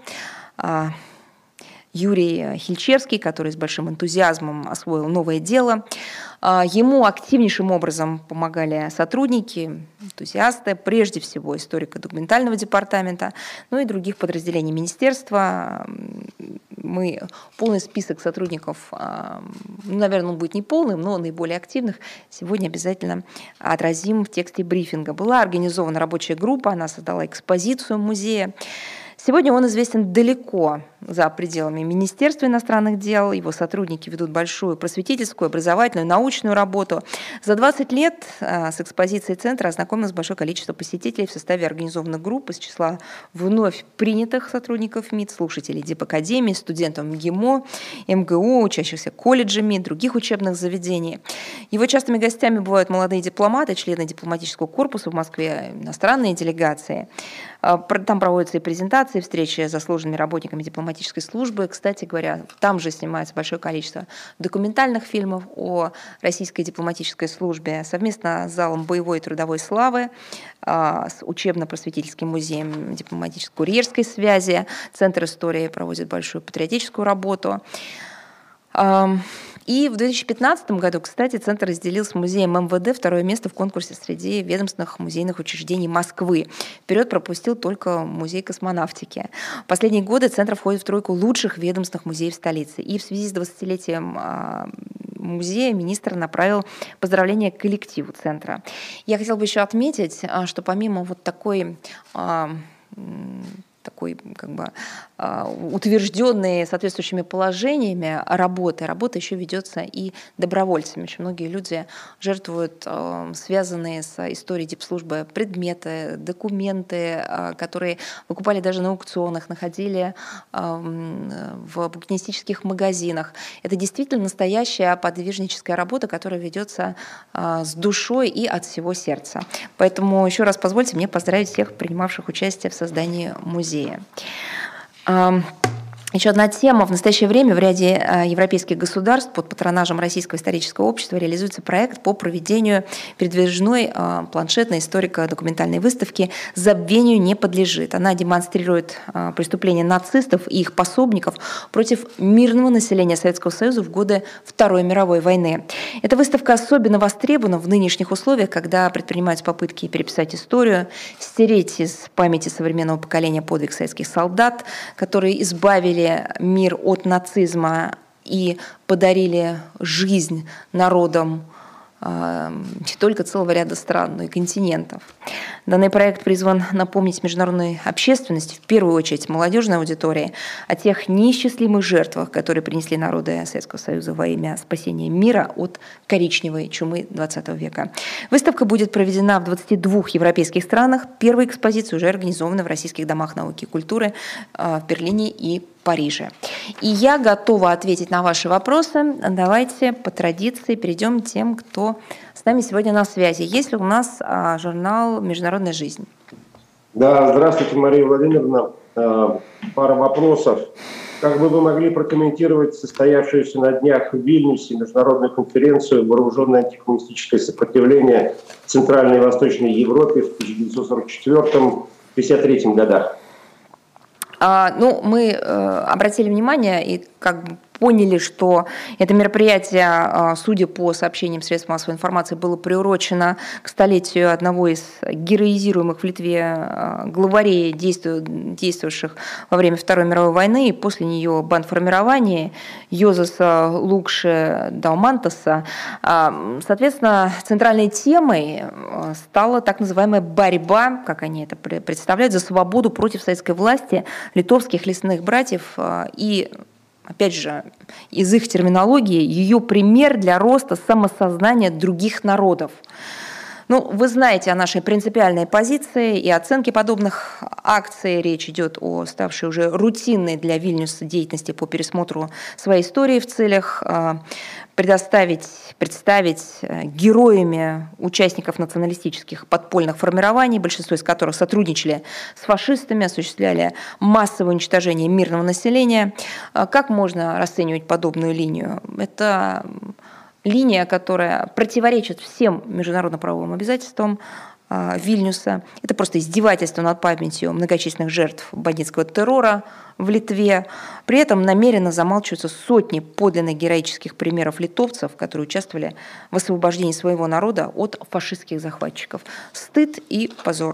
Юрий Хильчевский, который с большим энтузиазмом освоил новое дело. Ему активнейшим образом помогали сотрудники, энтузиасты, прежде всего историко-документального департамента, ну и других подразделений министерства. Мы полный список сотрудников, наверное, он будет не полным, но наиболее активных, сегодня обязательно отразим в тексте брифинга. Была организована рабочая группа, она создала экспозицию музея. Сегодня он известен далеко за пределами Министерства иностранных дел. Его сотрудники ведут большую просветительскую, образовательную, научную работу. За 20 лет с экспозицией центра ознакомилось большое количество посетителей в составе организованных групп из числа вновь принятых сотрудников МИД, слушателей дипакадемии, студентов МГИМО, МГУ, учащихся колледжами, других учебных заведений. Его частыми гостями бывают молодые дипломаты, члены дипломатического корпуса в Москве, иностранные делегации. Там проводятся и презентации, встречи с заслуженными работниками дипломатической службы. Кстати говоря, там же снимается большое количество документальных фильмов о российской дипломатической службе совместно с залом боевой и трудовой славы, с учебно-просветительским музеем дипломатическо-курьерской связи. Центр истории проводит большую патриотическую работу. И в 2015 году, кстати, Центр разделил с музеем МВД второе место в конкурсе среди ведомственных музейных учреждений Москвы. Вперед пропустил только музей космонавтики. В последние годы Центр входит в тройку лучших ведомственных музеев столицы. И в связи с 20-летием музея министр направил поздравления к коллективу Центра. Я хотела бы еще отметить, что помимо вот такой такой как бы утвержденной соответствующими положениями работы. Работа еще ведется и добровольцами. Очень многие люди жертвуют связанные с историей дипслужбы предметы, документы, которые выкупали даже на аукционах, находили в букинистических магазинах. Это действительно настоящая подвижническая работа, которая ведется с душой и от всего сердца. Поэтому еще раз позвольте мне поздравить всех принимавших участие в создании музея. Еще одна тема. В настоящее время в ряде европейских государств под патронажем Российского исторического общества реализуется проект по проведению передвижной планшетной историко-документальной выставки «Забвению не подлежит». Она демонстрирует преступления нацистов и их пособников против мирного населения Советского Союза в годы Второй мировой войны. Эта выставка особенно востребована в нынешних условиях, когда предпринимаются попытки переписать историю, стереть из памяти современного поколения подвиг советских солдат, которые избавили мир от нацизма и подарили жизнь народам не только целого ряда стран, но и континентов. Данный проект призван напомнить международной общественности, в первую очередь молодежной аудитории, о тех неисчислимых жертвах, которые принесли народы Советского Союза во имя спасения мира от коричневой чумы XX века. Выставка будет проведена в 22 европейских странах. Первая экспозиция уже организована в российских домах науки и культуры в Берлине и Париже. И я готова ответить на ваши вопросы. Давайте по традиции перейдем к тем, кто с нами сегодня на связи. Есть ли у нас журнал «Международная жизнь»? Да, здравствуйте, Мария Владимировна. Пара вопросов. Как бы вы могли прокомментировать состоявшуюся на днях в Вильнюсе международную конференцию «Вооруженное антикоммунистическое сопротивление в Центральной и Восточной Европе» в 1944-1953 годах? Мы обратили внимание и как бы поняли, что это мероприятие, судя по сообщениям средств массовой информации, было приурочено к столетию одного из героизируемых в Литве главарей, действовавших во время Второй мировой войны и после нее бандформирования Йозеса Лукши Даумантаса. Соответственно, центральной темой стала так называемая борьба, как они это представляют, за свободу против советской власти литовских лесных братьев и, опять же, из их терминологии, ее пример для роста самосознания других народов. Вы знаете о нашей принципиальной позиции и оценке подобных акций. Речь идет о ставшей уже рутинной для Вильнюса деятельности по пересмотру своей истории в целях представить героями участников националистических подпольных формирований, большинство из которых сотрудничали с фашистами, осуществляли массовое уничтожение мирного населения. Как можно расценивать подобную линию? Это линия, которая противоречит всем международно-правовым обязательствам Вильнюса. Это просто издевательство над памятью многочисленных жертв бандитского террора в Литве. При этом намеренно замалчиваются сотни подлинных героических примеров литовцев, которые участвовали в освобождении своего народа от фашистских захватчиков. Стыд и позор.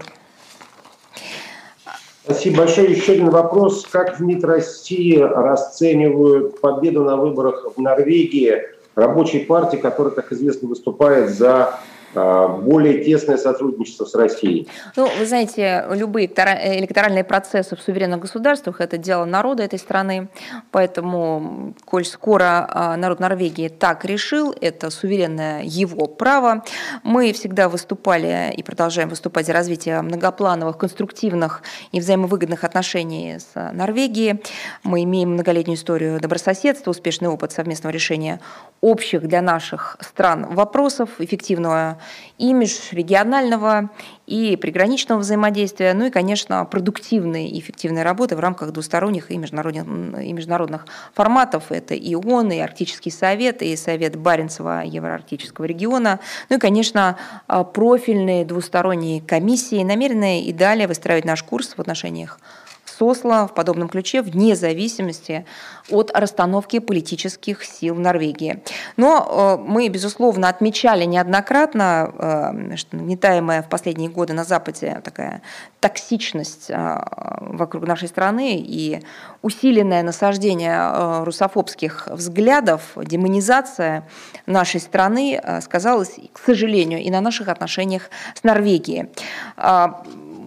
Спасибо большое. Еще один вопрос. Как в МИД России расценивают победу на выборах в Норвегии рабочей партии, которая, как известно, выступает за более тесное сотрудничество с Россией? Вы знаете, любые электоральные процессы в суверенных государствах – это дело народа этой страны, поэтому, коль скоро народ Норвегии так решил, это суверенное его право. Мы всегда выступали и продолжаем выступать за развитие многоплановых, конструктивных и взаимовыгодных отношений с Норвегией. Мы имеем многолетнюю историю добрососедства, успешный опыт совместного решения общих для наших стран вопросов, эффективного и межрегионального, и приграничного взаимодействия, и, конечно, продуктивной и эффективной работы в рамках двусторонних и международных форматов. Это и ООН, и Арктический совет, и Совет Баренцева Евроарктического региона, и, конечно, профильные двусторонние комиссии, намеренные и далее выстраивать наш курс в отношениях с Осло в подобном ключе, вне зависимости от расстановки политических сил в Норвегии. Но мы, безусловно, отмечали неоднократно, что нагнетаемая в последние годы на Западе такая токсичность вокруг нашей страны и усиленное насаждение русофобских взглядов, демонизация нашей страны сказалась, к сожалению, и на наших отношениях с Норвегией.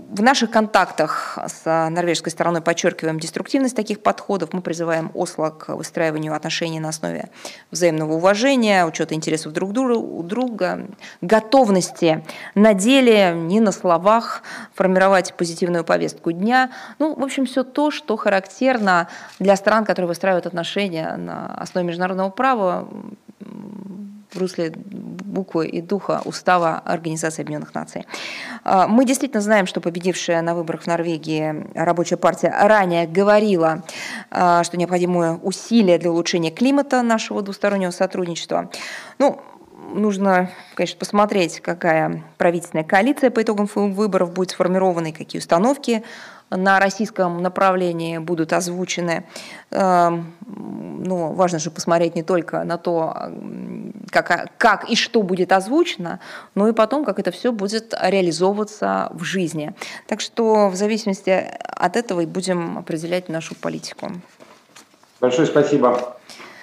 В наших контактах с норвежской стороной подчеркиваем деструктивность таких подходов. Мы призываем Осло к выстраиванию отношений на основе взаимного уважения, учета интересов друг друга, готовности на деле, не на словах, формировать позитивную повестку дня. Ну, в общем, все то, что характерно для стран, которые выстраивают отношения на основе международного права в русле буквы и духа Устава Организации Объединенных Наций. Мы действительно знаем, что победившая на выборах в Норвегии рабочая партия ранее говорила, что необходимы усилия для улучшения климата нашего двустороннего сотрудничества. Ну, нужно, конечно, посмотреть, какая правительственная коалиция по итогам выборов будет сформирована и какие установки на российском направлении будут озвучены. Но важно же посмотреть не только на то, как и что будет озвучено, но и потом, как это все будет реализовываться в жизни. Так что в зависимости от этого и будем определять нашу политику. Большое спасибо.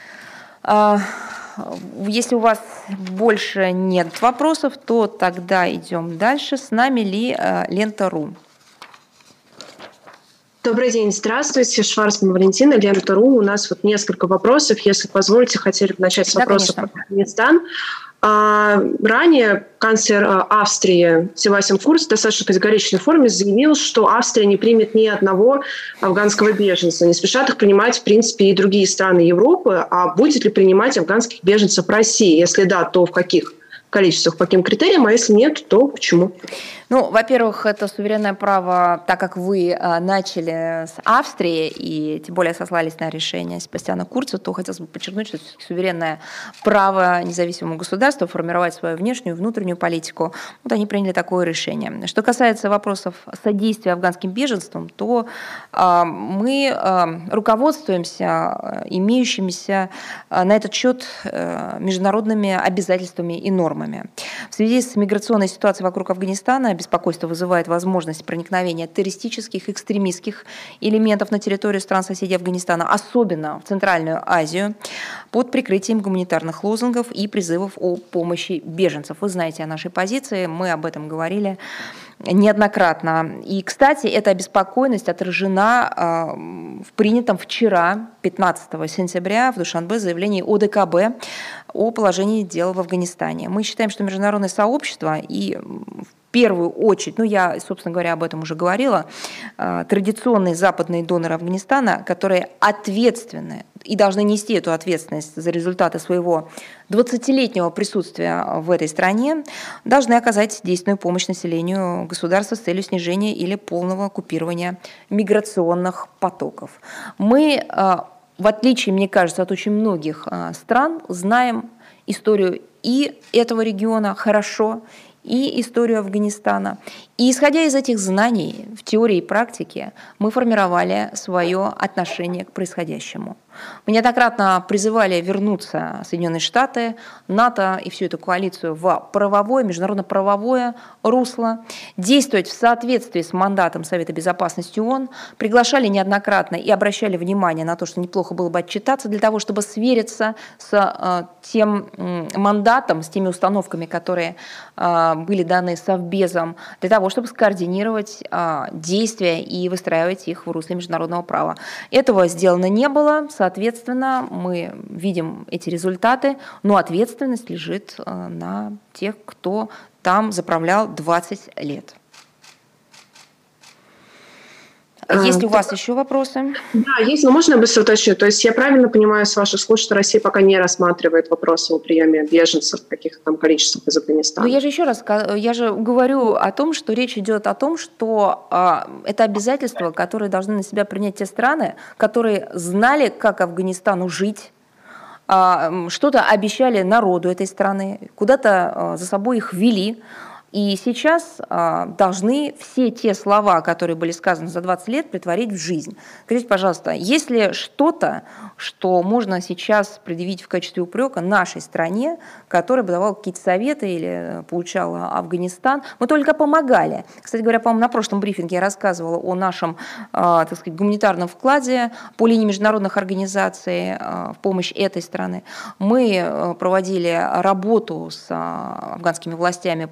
Если у вас больше нет вопросов, то тогда идем дальше. С нами ли Лента.ру? Добрый день, здравствуйте, Шварцман Валентина, Лента.ру. У нас вот несколько вопросов, если позволите, хотели бы начать с вопроса про Афганистан. Ранее канцлер Австрии Себастьян Курц в достаточно категоричной форме заявил, что Австрия не примет ни одного афганского беженца. Не спешат их принимать, в принципе, и другие страны Европы. А будет ли принимать афганских беженцев Россия? Если да, то в каких количествах, по каким критериям, а если нет, то почему? Ну, во-первых, это суверенное право, так как вы начали с Австрии и тем более сослались на решение Себастьяна Курца, то хотелось бы подчеркнуть, что суверенное право независимого государства формировать свою внешнюю и внутреннюю политику. Вот они приняли такое решение. Что касается вопросов содействия афганским беженствам, то мы руководствуемся имеющимися на этот счет международными обязательствами и нормами. В связи с миграционной ситуацией вокруг Афганистана беспокойство вызывает возможность проникновения террористических, экстремистских элементов на территорию стран-соседей Афганистана, особенно в Центральную Азию, под прикрытием гуманитарных лозунгов и призывов о помощи беженцев. Вы знаете о нашей позиции, мы об этом говорили неоднократно. И, кстати, эта обеспокоенность отражена в принятом вчера, 15 сентября, в Душанбе заявлении ОДКБ о положении дел в Афганистане. Мы считаем, что международное сообщество и в первую очередь, я, собственно говоря, об этом уже говорила, традиционные западные доноры Афганистана, которые ответственны и должны нести эту ответственность за результаты своего 20-летнего присутствия в этой стране, должны оказать действенную помощь населению государства с целью снижения или полного купирования миграционных потоков. Мы, в отличие, мне кажется, от очень многих стран, знаем историю и этого региона хорошо, и историю Афганистана. И исходя из этих знаний в теории и практике, мы формировали свое отношение к происходящему. Мы неоднократно призывали вернуться Соединенные Штаты, НАТО и всю эту коалицию в правовое, международно-правовое русло, действовать в соответствии с мандатом Совета Безопасности ООН, приглашали неоднократно и обращали внимание на то, что неплохо было бы отчитаться для того, чтобы свериться с тем мандатом, с теми установками, которые были даны Совбезом, для того, чтобы скоординировать действия и выстраивать их в русле международного права. Этого сделано не было, соответственно, мы видим эти результаты, но ответственность лежит на тех, кто там заправлял 20 лет. Есть ли у вас еще вопросы? Да, есть, но можно я быстро уточню? То есть я правильно понимаю с ваших слов, что Россия пока не рассматривает вопросы о приеме беженцев в каких-то там количествах из Афганистана? Но я же говорю о том, что речь идет о том, что это обязательства, которые должны на себя принять те страны, которые знали, как Афганистану жить, что-то обещали народу этой страны, куда-то за собой их вели. И сейчас должны все те слова, которые были сказаны за 20 лет, претворить в жизнь. Скажите, пожалуйста, есть ли что-то, что можно сейчас предъявить в качестве упрека нашей стране, которая бы давала какие-то советы или получала Афганистан? Мы только помогали. Кстати говоря, по-моему, на прошлом брифинге я рассказывала о нашем, так сказать, гуманитарном вкладе по линии международных организаций в помощь этой стране. Мы проводили работу с афганскими властями по поддержанию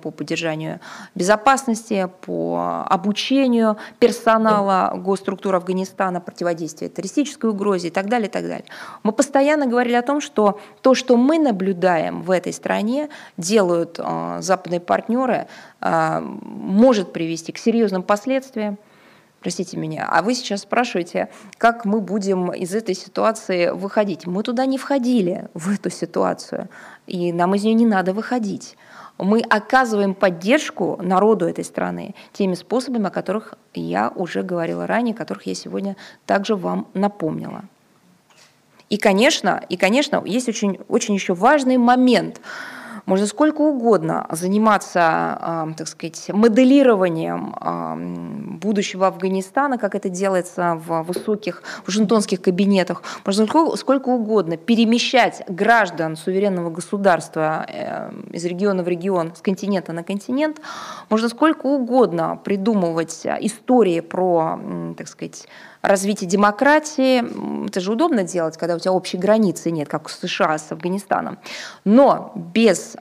поддержанию безопасности, по обучению персонала госструктур Афганистана, противодействию террористической угрозе и так далее, и так далее. Мы постоянно говорили о том, что то, что мы наблюдаем в этой стране, делают западные партнеры, может привести к серьезным последствиям. Простите меня, а вы сейчас спрашиваете, как мы будем из этой ситуации выходить. Мы туда не входили, в эту ситуацию, и нам из нее не надо выходить. Мы оказываем поддержку народу этой страны теми способами, о которых я уже говорила ранее, о которых я сегодня также вам напомнила. И, конечно, есть очень еще важный момент. Можно сколько угодно заниматься, так сказать, моделированием будущего Афганистана, как это делается в высоких вашингтонских кабинетах. Можно сколько угодно перемещать граждан суверенного государства из региона в регион, с континента на континент. Можно сколько угодно придумывать истории про, так сказать, развитие демократии. Это же удобно делать, когда у тебя общей границы нет, как у США с Афганистаном. Но без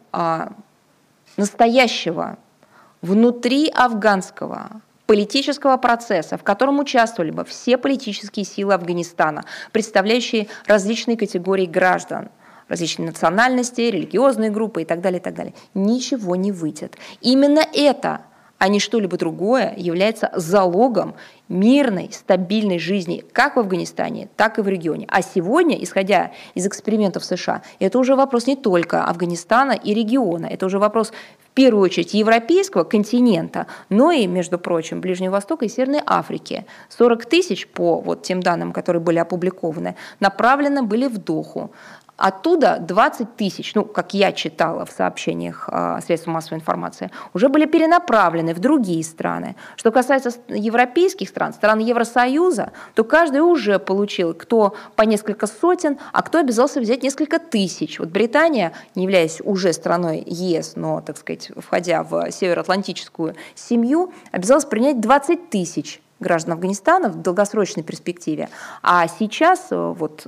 настоящего внутри афганского политического процесса, в котором участвовали бы все политические силы Афганистана, представляющие различные категории граждан, различные национальности, религиозные группы и так далее, ничего не выйдет. Именно это, а не что-либо другое, является залогом мирной, стабильной жизни как в Афганистане, так и в регионе. А сегодня, исходя из экспериментов США, это уже вопрос не только Афганистана и региона, это уже вопрос в первую очередь европейского континента, но и, между прочим, Ближнего Востока и Северной Африки. 40 тысяч, по вот тем данным, которые были опубликованы, направлены были в Доху. Оттуда 20 тысяч, как я читала в сообщениях средств массовой информации, уже были перенаправлены в другие страны. Что касается европейских стран, стран Евросоюза, то каждый уже получил, кто по несколько сотен, а кто обязался взять несколько тысяч. Вот Британия, не являясь уже страной ЕС, но, так сказать, входя в североатлантическую семью, обязалась принять 20 тысяч граждан Афганистана в долгосрочной перспективе, а сейчас вот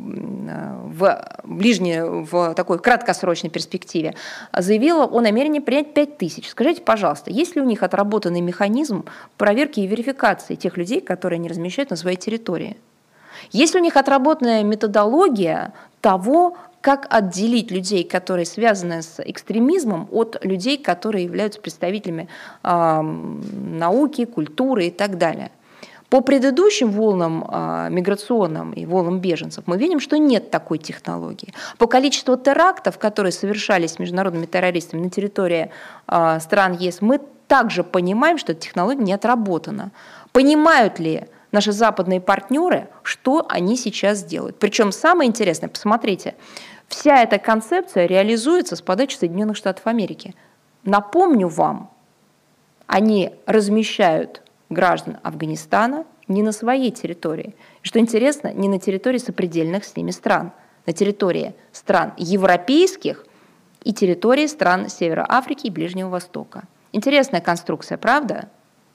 в такой краткосрочной перспективе заявила о намерении принять 5 тысяч. Скажите, пожалуйста, есть ли у них отработанный механизм проверки и верификации тех людей, которые они размещают на своей территории? Есть ли у них отработанная методология того, как отделить людей, которые связаны с экстремизмом, от людей, которые являются представителями науки, культуры и так далее? По предыдущим волнам миграционным и волнам беженцев мы видим, что нет такой технологии. По количеству терактов, которые совершались международными террористами на территории стран ЕС, мы также понимаем, что эта технология не отработана. Понимают ли наши западные партнеры, что они сейчас делают? Причем самое интересное, посмотрите, вся эта концепция реализуется с подачи Соединенных Штатов Америки. Напомню вам, они размещают граждан Афганистана не на своей территории. Что интересно, не на территории сопредельных с ними стран, на территории стран европейских и территории стран Севера Африки и Ближнего Востока. Интересная конструкция, правда?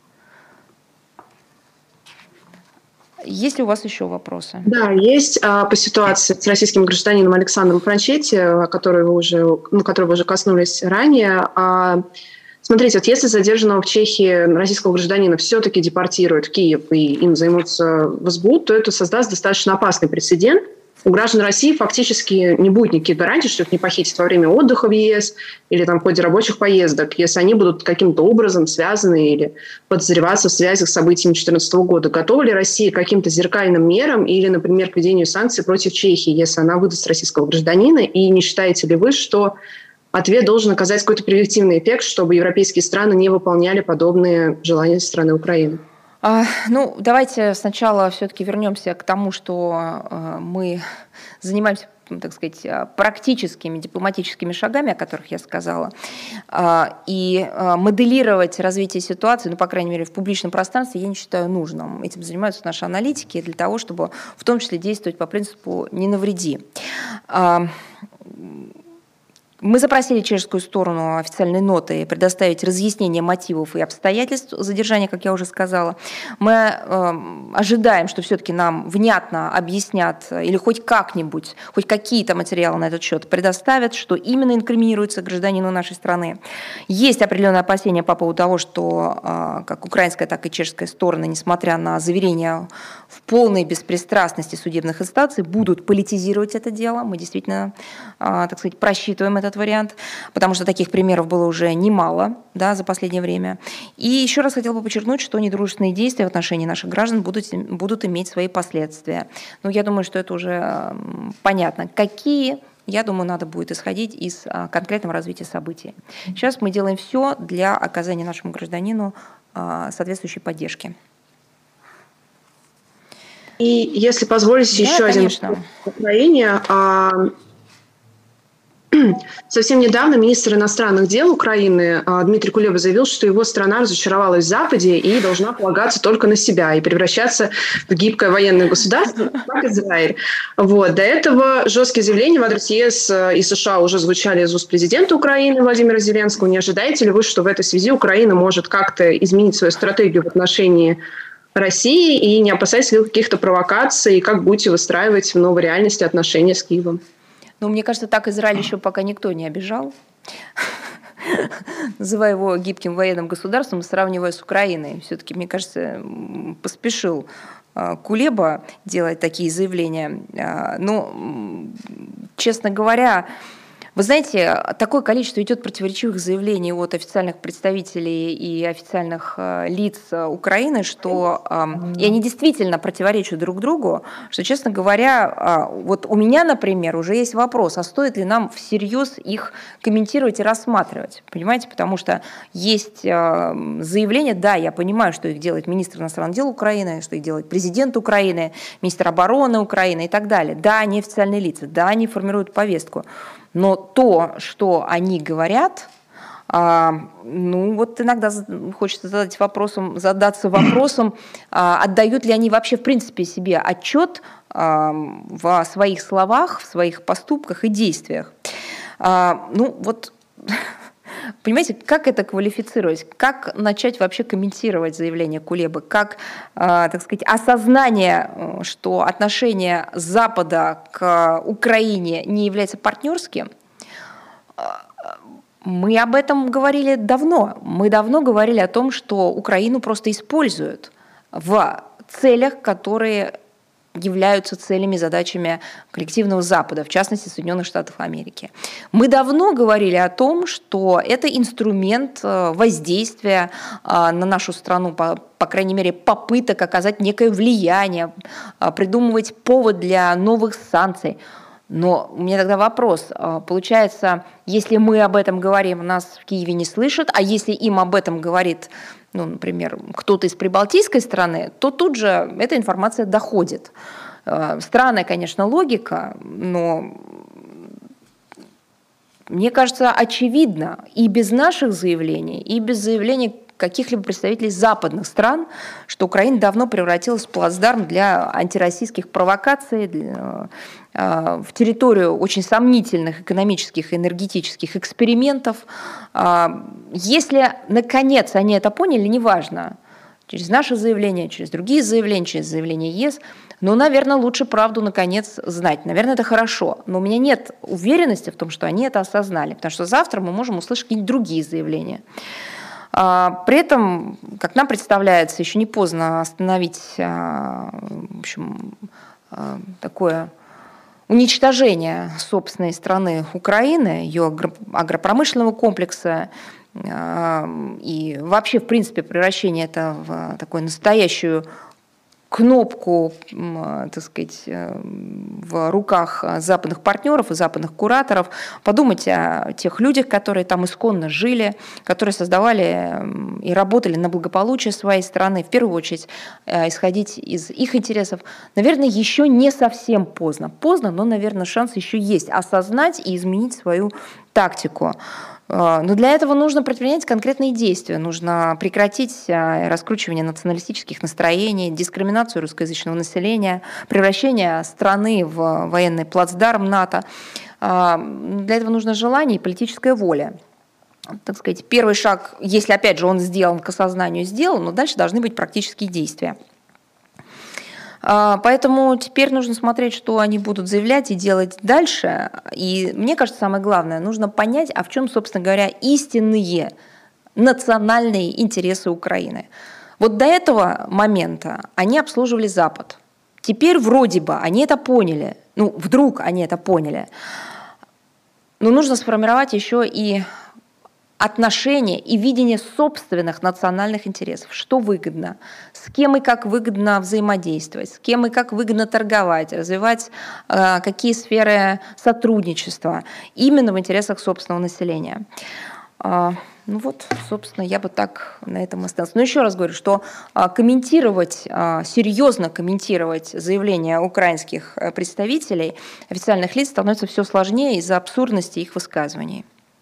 Есть ли у вас еще вопросы? Да, есть по ситуации с российским гражданином Александром Франчетти, которого вы уже коснулись ранее. Смотрите, вот если задержанного в Чехии российского гражданина все-таки депортируют в Киев и им займутся в СБУ, то это создаст достаточно опасный прецедент. У граждан России фактически не будет никаких гарантий, что их не похитят во время отдыха в ЕС или в ходе рабочих поездок, если они будут каким-то образом связаны или подозреваться в связях с событиями 2014 года. Готова ли Россия к каким-то зеркальным мерам или, например, к введению санкций против Чехии, если она выдаст российского гражданина? И не считаете ли вы, что ответ должен оказать какой-то превентивный эффект, чтобы европейские страны не выполняли подобные желания со стороны Украины? Давайте сначала все-таки вернемся к тому, что мы занимаемся, так сказать, практическими дипломатическими шагами, о которых я сказала, и моделировать развитие ситуации, по крайней мере, в публичном пространстве, я не считаю нужным. Этим занимаются наши аналитики для того, чтобы в том числе действовать по принципу «не навреди». Мы запросили чешскую сторону официальной нотой предоставить разъяснение мотивов и обстоятельств задержания, как я уже сказала. Мы ожидаем, что все-таки нам внятно объяснят или хоть как-нибудь, хоть какие-то материалы на этот счет предоставят, что именно инкриминируется гражданину нашей страны. Есть определенные опасения по поводу того, что как украинская, так и чешская стороны, несмотря на заверения в полной беспристрастности судебных инстанций, будут политизировать это дело. Мы действительно, так сказать, просчитываем этот вариант, потому что таких примеров было уже немало, да, за последнее время. И еще раз хотела бы подчеркнуть, что недружественные действия в отношении наших граждан будут иметь свои последствия. Но я думаю, что это уже понятно. Какие? Я думаю, надо будет исходить из конкретного развития событий. Сейчас мы делаем все для оказания нашему гражданину соответствующей поддержки. И если позволите, да, еще конечно. один в Украине. Совсем недавно министр иностранных дел Украины Дмитрий Кулеба заявил, что его страна разочаровалась в Западе и должна полагаться только на себя и превращаться в гибкое военное государство, как Израиль. Вот. До этого жесткие заявления в адрес ЕС и США уже звучали из уст президента Украины Владимира Зеленского. Не ожидаете ли вы, что в этой связи Украина может как-то изменить свою стратегию в отношении России и не опасаетесь ли вы каких-то провокаций, и как будете выстраивать в новой реальности отношения с Киевом? Ну, мне кажется, так Израиль еще пока никто не обижал, называя его гибким военным государством, сравнивая с Украиной. Все-таки, мне кажется, поспешил Кулеба делать такие заявления. Но, честно говоря, вы знаете, такое количество идет противоречивых заявлений от официальных представителей и официальных лиц Украины, что и они действительно противоречат друг другу, что, честно говоря, вот у меня, например, уже есть вопрос, а стоит ли нам всерьез их комментировать и рассматривать, понимаете, потому что есть заявления, да, я понимаю, что их делает министр иностранных дел Украины, что их делает президент Украины, министр обороны Украины и так далее. Да, они официальные лица, да, они формируют повестку. Но то, что они говорят, ну вот иногда хочется задаться вопросом, отдают ли они вообще в принципе себе отчет в своих словах, в своих поступках и действиях. Ну вот, понимаете, как это квалифицировать, как начать вообще комментировать заявление Кулебы, как, так сказать, осознание, что отношение Запада к Украине не является партнерским. Мы об этом говорили давно. Мы давно говорили о том, что Украину просто используют в целях, которые являются целями, задачами коллективного Запада, в частности, Соединенных Штатов Америки. Мы давно говорили о том, что это инструмент воздействия на нашу страну, по крайней мере, попыток оказать некое влияние, придумывать повод для новых санкций. Но у меня тогда вопрос. Получается, если мы об этом говорим, нас в Киеве не слышат, а если им об этом говорит, ну, например, кто-то из прибалтийской страны, то тут же эта информация доходит. Странная, конечно, логика, но мне кажется, очевидно и без наших заявлений, и без заявлений каких-либо представителей западных стран, что Украина давно превратилась в плацдарм для антироссийских провокаций, в территорию очень сомнительных экономических и энергетических экспериментов. Если, наконец, они это поняли, неважно, через наше заявление, через другие заявления, через заявление ЕС, но, наверное, лучше правду, наконец, знать. Наверное, это хорошо, но у меня нет уверенности в том, что они это осознали, потому что завтра мы можем услышать какие-нибудь другие заявления. При этом, как нам представляется, еще не поздно остановить, в общем, такое уничтожение собственной страны Украины, ее агропромышленного комплекса и вообще, в принципе, превращение это в такую настоящую кнопку, так сказать, в руках западных партнеров и западных кураторов. Подумайте о тех людях, которые там исконно жили, которые создавали и работали на благополучие своей страны. В первую очередь, исходить из их интересов. Наверное, еще не совсем поздно. Поздно, но, наверное, шанс еще есть осознать и изменить свою тактику. Но для этого нужно предпринять конкретные действия. Нужно прекратить раскручивание националистических настроений, дискриминацию русскоязычного населения, превращение страны в военный плацдарм НАТО. Для этого нужно желание и политическая воля. Так сказать, первый шаг, если, опять же, он сделан, к осознанию сделан, но дальше должны быть практические действия. Поэтому теперь нужно смотреть, что они будут заявлять и делать дальше. И мне кажется, самое главное, нужно понять, а в чем, собственно говоря, истинные национальные интересы Украины. Вот до этого момента они обслуживали Запад. Теперь вроде бы они это поняли. Ну, вдруг они это поняли. Но нужно сформировать еще и отношения и видение собственных национальных интересов. Что выгодно, с кем и как выгодно взаимодействовать, с кем и как выгодно торговать, развивать какие сферы сотрудничества именно в интересах собственного населения. Ну вот, собственно, я бы так на этом остановилась. Но еще раз говорю, что серьезно комментировать заявления украинских представителей, официальных лиц становится все сложнее из-за абсурдности их высказываний.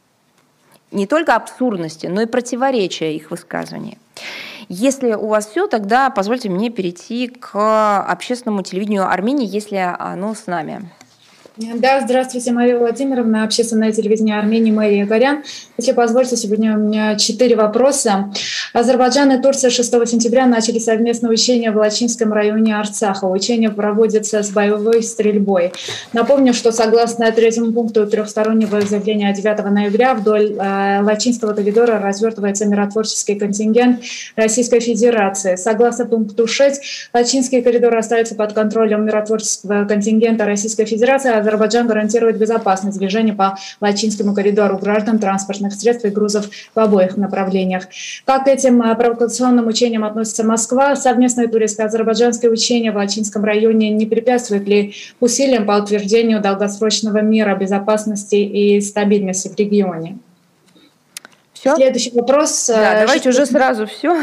Не только абсурдности, но и противоречия их высказываний. Если у вас все, тогда позвольте мне перейти к общественному телевидению Армении, если оно с нами. Да, здравствуйте, Мария Владимировна, общественное телевидение Армении, Мария Горян. Если позволите, сегодня у меня 4 вопроса. Азербайджан и Турция 6 сентября начали совместное учение в Лачинском районе Арцаха. Учение проводится с боевой стрельбой. Напомню, что согласно 3 пункту трехстороннего заявления 9 ноября вдоль Лачинского коридора развертывается миротворческий контингент Российской Федерации. Согласно пункту 6, Лачинский коридор остается под контролем миротворческого контингента Российской Федерации. Азербайджан гарантирует безопасность движения по Лачинскому коридору граждан, транспортных средств и грузов в обоих направлениях. Как к этим провокационным учениям относится Москва? Совместное турецко-азербайджанское учение в Лачинском районе не препятствует ли усилиям по утверждению долгосрочного мира, безопасности и стабильности в регионе? Все? Следующий вопрос. Да, давайте уже сразу все.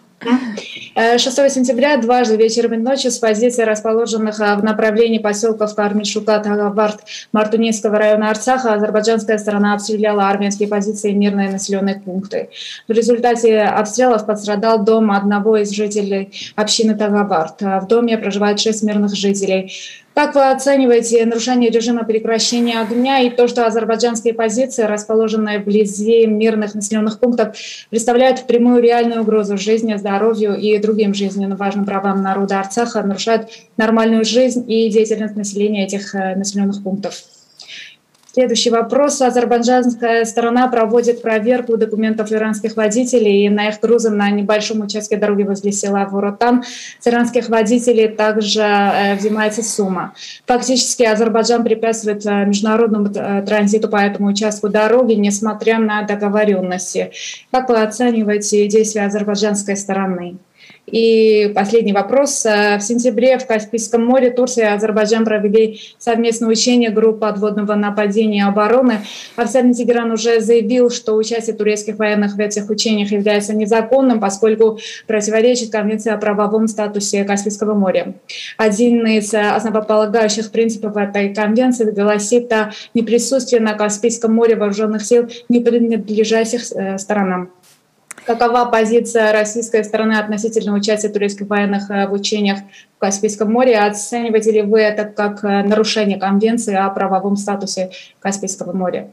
6 сентября дважды вечером и ночью с позиций, расположенных в направлении поселков Кармишука, Тагаварт, Мартунинского района Арцаха, азербайджанская сторона обстреляла армянские позиции и мирные населенные пункты. В результате обстрелов пострадал дом одного из жителей общины Тагаварт. В доме проживает 6 мирных жителей. Как вы оцениваете нарушение режима прекращения огня и то, что азербайджанские позиции, расположенные вблизи мирных населенных пунктов, представляют прямую реальную угрозу жизни, здоровью и другим жизненно важным правам народа Арцаха, нарушают нормальную жизнь и деятельность населения этих населенных пунктов? Следующий вопрос. Азербайджанская сторона проводит проверку документов иранских водителей, и на их грузы на небольшом участке дороги возле села Воротан с иранских водителей также взимается сумма. Фактически Азербайджан препятствует международному транзиту по этому участку дороги, несмотря на договоренности. Как вы оцениваете действия азербайджанской стороны? И последний вопрос. В сентябре в Каспийском море Турция и Азербайджан провели совместное учение групп подводного нападения и обороны. Официальный Тегеран уже заявил, что участие турецких военных в этих учениях является незаконным, поскольку противоречит Конвенции о правовом статусе Каспийского моря. Один из основополагающих принципов этой конвенции гласит о неприсутствии на Каспийском море вооруженных сил, не принадлежащих сторонам. Какова позиция российской стороны относительно участия турецких военных в учениях в Каспийском море? Оцениваете ли вы это как нарушение Конвенции о правовом статусе Каспийского моря?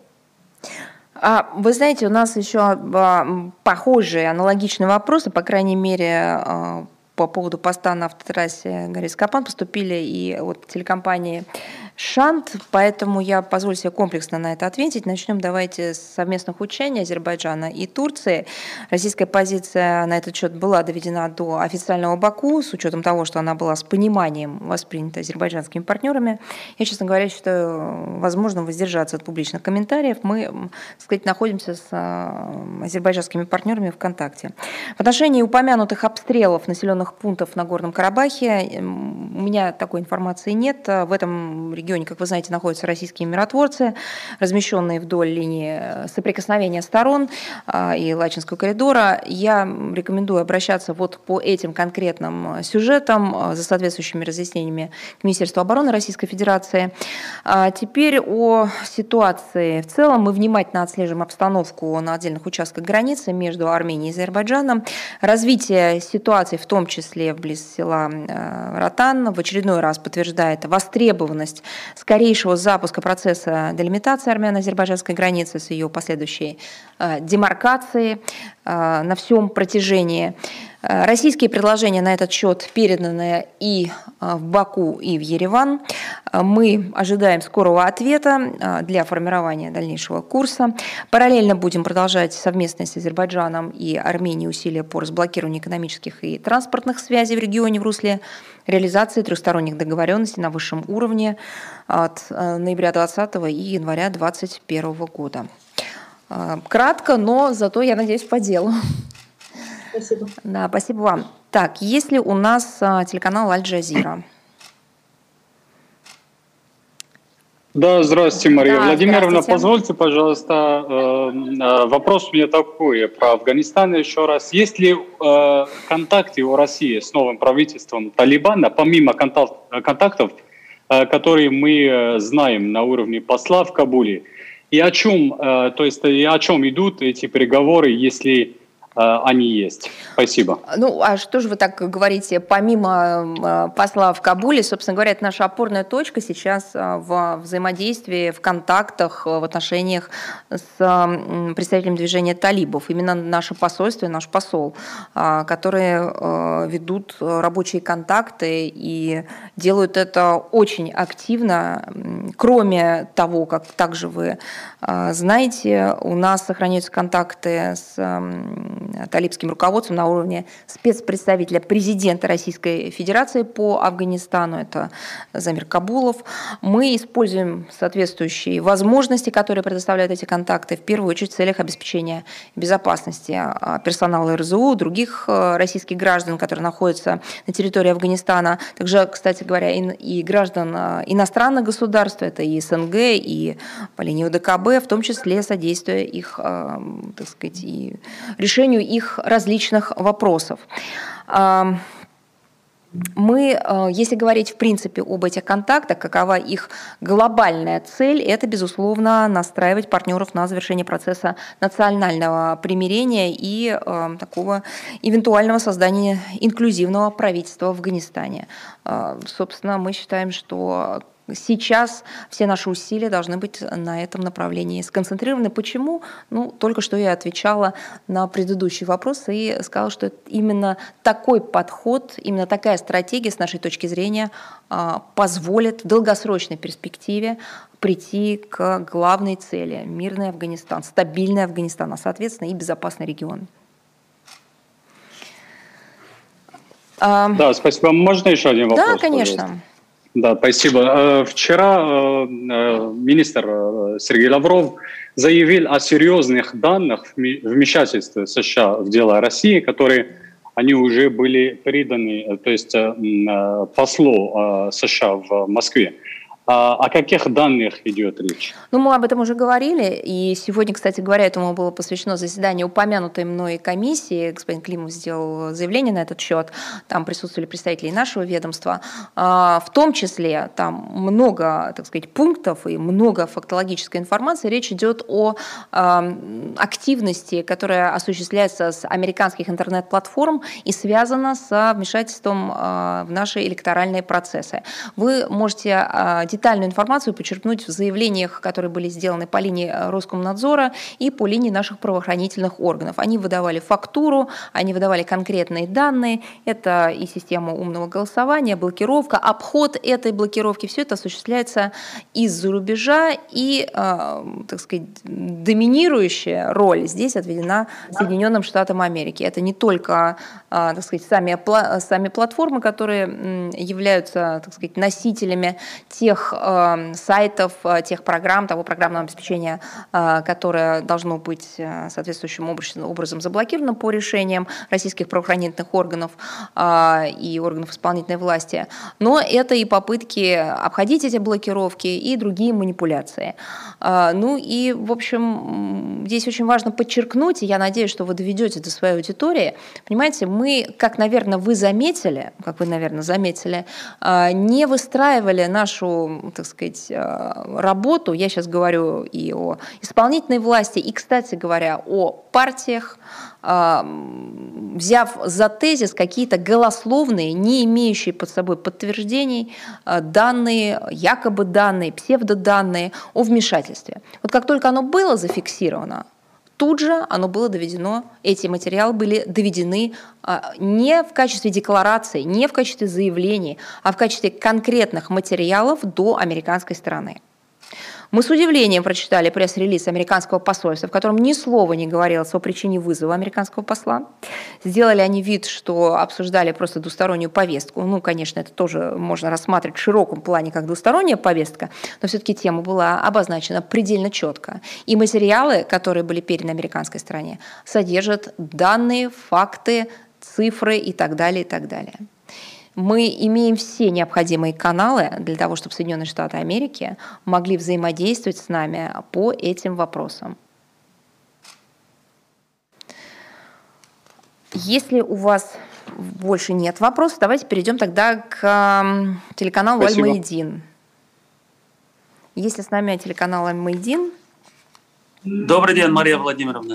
Вы знаете, у нас еще похожие, аналогичные вопросы, по крайней мере, по поводу поста на автотрассе Горец-Капан поступили и от телекомпании «Шант», поэтому я позволю себе комплексно на это ответить. Начнем давайте с совместных учений Азербайджана и Турции. Российская позиция на этот счет была доведена до официального Баку, с учетом того, что она была с пониманием воспринята азербайджанскими партнерами. Я, честно говоря, считаю возможным воздержаться от публичных комментариев. Мы, так сказать, находимся с азербайджанскими партнерами в контакте. В отношении упомянутых обстрелов населенных пунктов на Горном Карабахе у меня такой информации нет. В этом регионе, как вы знаете, находятся российские миротворцы, размещенные вдоль линии соприкосновения сторон и Лачинского коридора. Я рекомендую обращаться вот по этим конкретным сюжетам за соответствующими разъяснениями к Министерству обороны Российской Федерации. Теперь о ситуации в целом. Мы внимательно отслеживаем обстановку на отдельных участках границы между Арменией и Азербайджаном. Развитие ситуации, в том числе вблизи села Ротан, в очередной раз подтверждает востребованность скорейшего запуска процесса делимитации армяно-азербайджанской границы с ее последующей демаркацией на всем протяжении. Российские предложения на этот счет переданы и в Баку, и в Ереван. Мы ожидаем скорого ответа для формирования дальнейшего курса. Параллельно будем продолжать совместные с Азербайджаном и Арменией усилия по разблокированию экономических и транспортных связей в регионе в русле реализации трехсторонних договоренностей на высшем уровне от ноября 2020 и января 2021 года. Кратко, но зато, я надеюсь, по делу. Спасибо. Да, спасибо вам. Так, есть ли у нас телеканал Аль-Джазира? Да, здравствуйте, Мария Да, Владимировна. Позвольте, пожалуйста, вопрос у меня такой про Афганистан еще раз. Есть ли контакты у России с новым правительством Талибана, помимо контактов, которые мы знаем на уровне посла в Кабуле? И о чем, идут эти переговоры, если они есть? Спасибо. Ну, а что же вы так говорите, помимо посла в Кабуле, собственно говоря, это наша опорная точка сейчас в взаимодействии, в контактах, в отношениях с представителями движения талибов. Именно наше посольство и наш посол, которые ведут рабочие контакты и делают это очень активно. Кроме того, как также вы знаете, у нас сохраняются контакты с талибским руководством на уровне спецпредставителя президента Российской Федерации по Афганистану, это Замир Кабулов. Мы используем соответствующие возможности, которые предоставляют эти контакты, в первую очередь в целях обеспечения безопасности персонала РЗУ, других российских граждан, которые находятся на территории Афганистана. Также, кстати говоря, и граждан иностранных государств, это и СНГ, и по линии ОДКБ, в том числе содействуя их, так сказать, и решению их различных вопросов. Мы, если говорить в принципе об этих контактах, какова их глобальная цель, это, безусловно, настраивать партнеров на завершение процесса национального примирения и такого эвентуального создания инклюзивного правительства в Афганистане. Собственно, мы считаем, что сейчас все наши усилия должны быть на этом направлении сконцентрированы. Почему? Ну, только что я отвечала на предыдущий вопрос и сказала, что именно такой подход, именно такая стратегия, с нашей точки зрения, позволит в долгосрочной перспективе прийти к главной цели – мирный Афганистан, стабильный Афганистан, а, соответственно, и безопасный регион. Да, спасибо. Можно еще один вопрос? Да, конечно. Пожалуйста? Да, спасибо. Вчера министр Сергей Лавров заявил о серьезных данных вмешательства США в дела России, которые они уже были переданы, то есть послу США в Москве. О каких данных идет речь? Ну, мы об этом уже говорили, и сегодня, кстати говоря, этому было посвящено заседание упомянутой мной комиссии. Господин Климов сделал заявление на этот счет, там присутствовали представители нашего ведомства. В том числе там много, так сказать, пунктов и много фактологической информации. Речь идет о активности, которая осуществляется с американских интернет-платформ и связана с вмешательством в наши электоральные процессы. Вы можете детальную информацию почерпнуть в заявлениях, которые были сделаны по линии Роскомнадзора и по линии наших правоохранительных органов. Они выдавали фактуру, они выдавали конкретные данные. Это и система умного голосования, блокировка, обход этой блокировки. Все это осуществляется из-за рубежа, и, так сказать, доминирующая роль здесь отведена Соединенным Штатам Америки. Это не только, так сказать, сами платформы, которые являются, так сказать, носителями тех сайтов, тех программ, того программного обеспечения, которое должно быть соответствующим образом заблокировано по решениям российских правоохранительных органов и органов исполнительной власти. Но это и попытки обходить эти блокировки и другие манипуляции. Ну и, в общем, здесь очень важно подчеркнуть, и я надеюсь, что вы доведете до своей аудитории. Понимаете, мы, как, наверное, вы заметили, не выстраивали нашу так сказать, работу, я сейчас говорю и о исполнительной власти, и, кстати говоря, о партиях, взяв за тезис какие-то голословные, не имеющие под собой подтверждений, данные, якобы данные, псевдоданные о вмешательстве. Вот как только оно было зафиксировано, тут же оно было доведено, эти материалы были доведены не в качестве декларации, не в качестве заявлений, а в качестве конкретных материалов до американской стороны. Мы с удивлением прочитали пресс-релиз американского посольства, в котором ни слова не говорилось о причине вызова американского посла. Сделали они вид, что обсуждали просто двустороннюю повестку. Ну, конечно, это тоже можно рассматривать в широком плане как двусторонняя повестка, но все-таки тема была обозначена предельно четко. И материалы, которые были переданы американской стороне, содержат данные, факты, цифры и так далее, и так далее. Мы имеем все необходимые каналы для того, чтобы Соединенные Штаты Америки могли взаимодействовать с нами по этим вопросам. Если у вас больше нет вопросов, давайте перейдем тогда к телеканалу Аль-Маидин. Есть ли с нами телеканал Аль-Маидин? Добрый день, Мария Владимировна.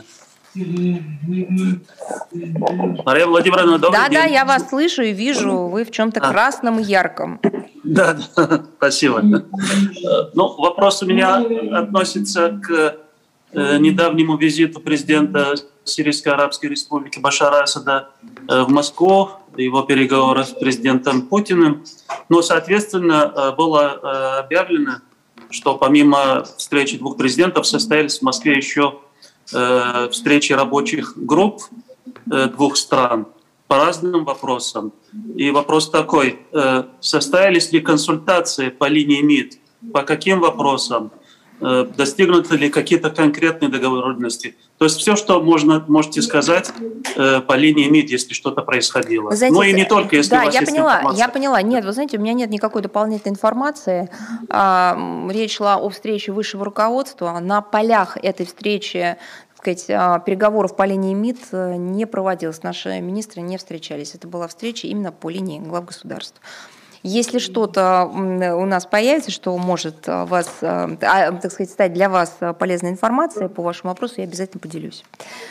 Мария Владимировна, добрый день. Да, я вас слышу и вижу, вы в чем-то красном и ярком. Да, спасибо. Ну, вопрос у меня относится к недавнему визиту президента Сирийской Арабской Республики Башара Асада в Москву, его переговоры с президентом Путиным. Но, соответственно, было объявлено, что помимо встречи двух президентов состоялись в Москве еще встречи рабочих групп двух стран по разным вопросам. И вопрос такой, состоялись ли консультации по линии МИД, по каким вопросам, достигнуты ли какие-то конкретные договоренности. То есть все, что можете сказать по линии МИД, если что-то происходило. Знаете, ну и не только, если у вас есть информация. Я поняла. Нет, вы знаете, у меня нет никакой дополнительной информации. Речь шла о встрече высшего руководства. На полях этой встречи, так сказать, переговоров по линии МИД не проводилось. Наши министры не встречались. Это была встреча именно по линии глав государств. Если что-то у нас появится, что может вас, так сказать, стать для вас полезной информацией по вашему вопросу, я обязательно поделюсь.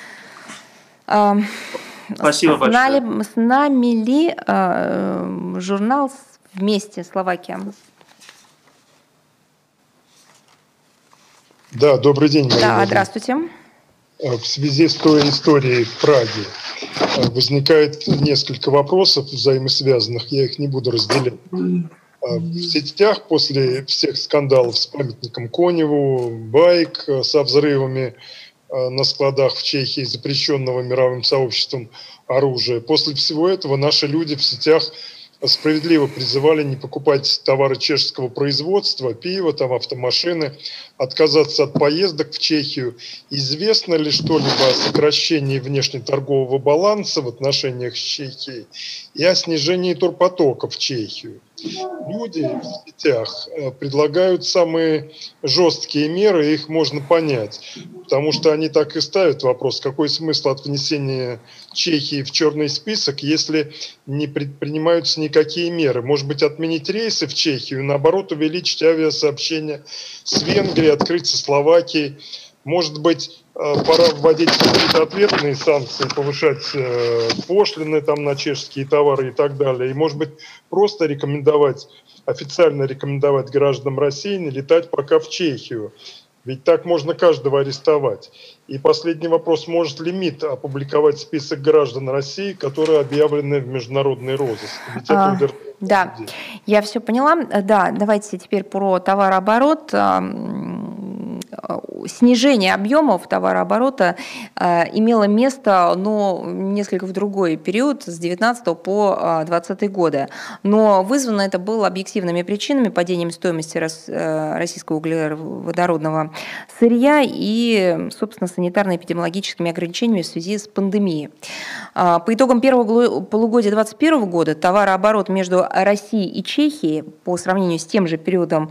Спасибо большое. С нами ли журнал «Вместе. Словакия»? Да, добрый день. Да, здравствуйте. В связи с той историей в Праге возникает несколько вопросов взаимосвязанных, я их не буду разделять. В сетях после всех скандалов с памятником Коневу, байк со взрывами на складах в Чехии, запрещенного мировым сообществом оружия, после всего этого наши люди в сетях справедливо призывали не покупать товары чешского производства, пиво, там, автомашины, отказаться от поездок в Чехию. Известно ли что-либо о сокращении внешнеторгового баланса в отношениях с Чехией и о снижении турпотока в Чехию? Люди в сетях предлагают самые жесткие меры, и их можно понять, потому что они так и ставят вопрос, какой смысл от внесения Чехии в черный список, если не предпринимаются никакие меры. Может быть, отменить рейсы в Чехию, наоборот, увеличить авиасообщение с Венгрией, открыть со Словакией. Может быть, пора вводить какие-то ответные санкции, повышать пошлины там на чешские товары и так далее. И, может быть, просто официально рекомендовать гражданам России не летать пока в Чехию. Ведь так можно каждого арестовать. И последний вопрос. Может ли МИД опубликовать список граждан России, которые объявлены в международный розыск? Ведь это да, я все поняла. Да, давайте теперь про товарооборот. Снижение объемов товарооборота имело место, но несколько в другой период, с 19 по 20 годы. Но вызвано это было объективными причинами, падением стоимости российского углеводородного сырья и, собственно, санитарно-эпидемиологическими ограничениями в связи с пандемией. По итогам первого полугодия 2021 года товарооборот между Россией и Чехией по сравнению с тем же периодом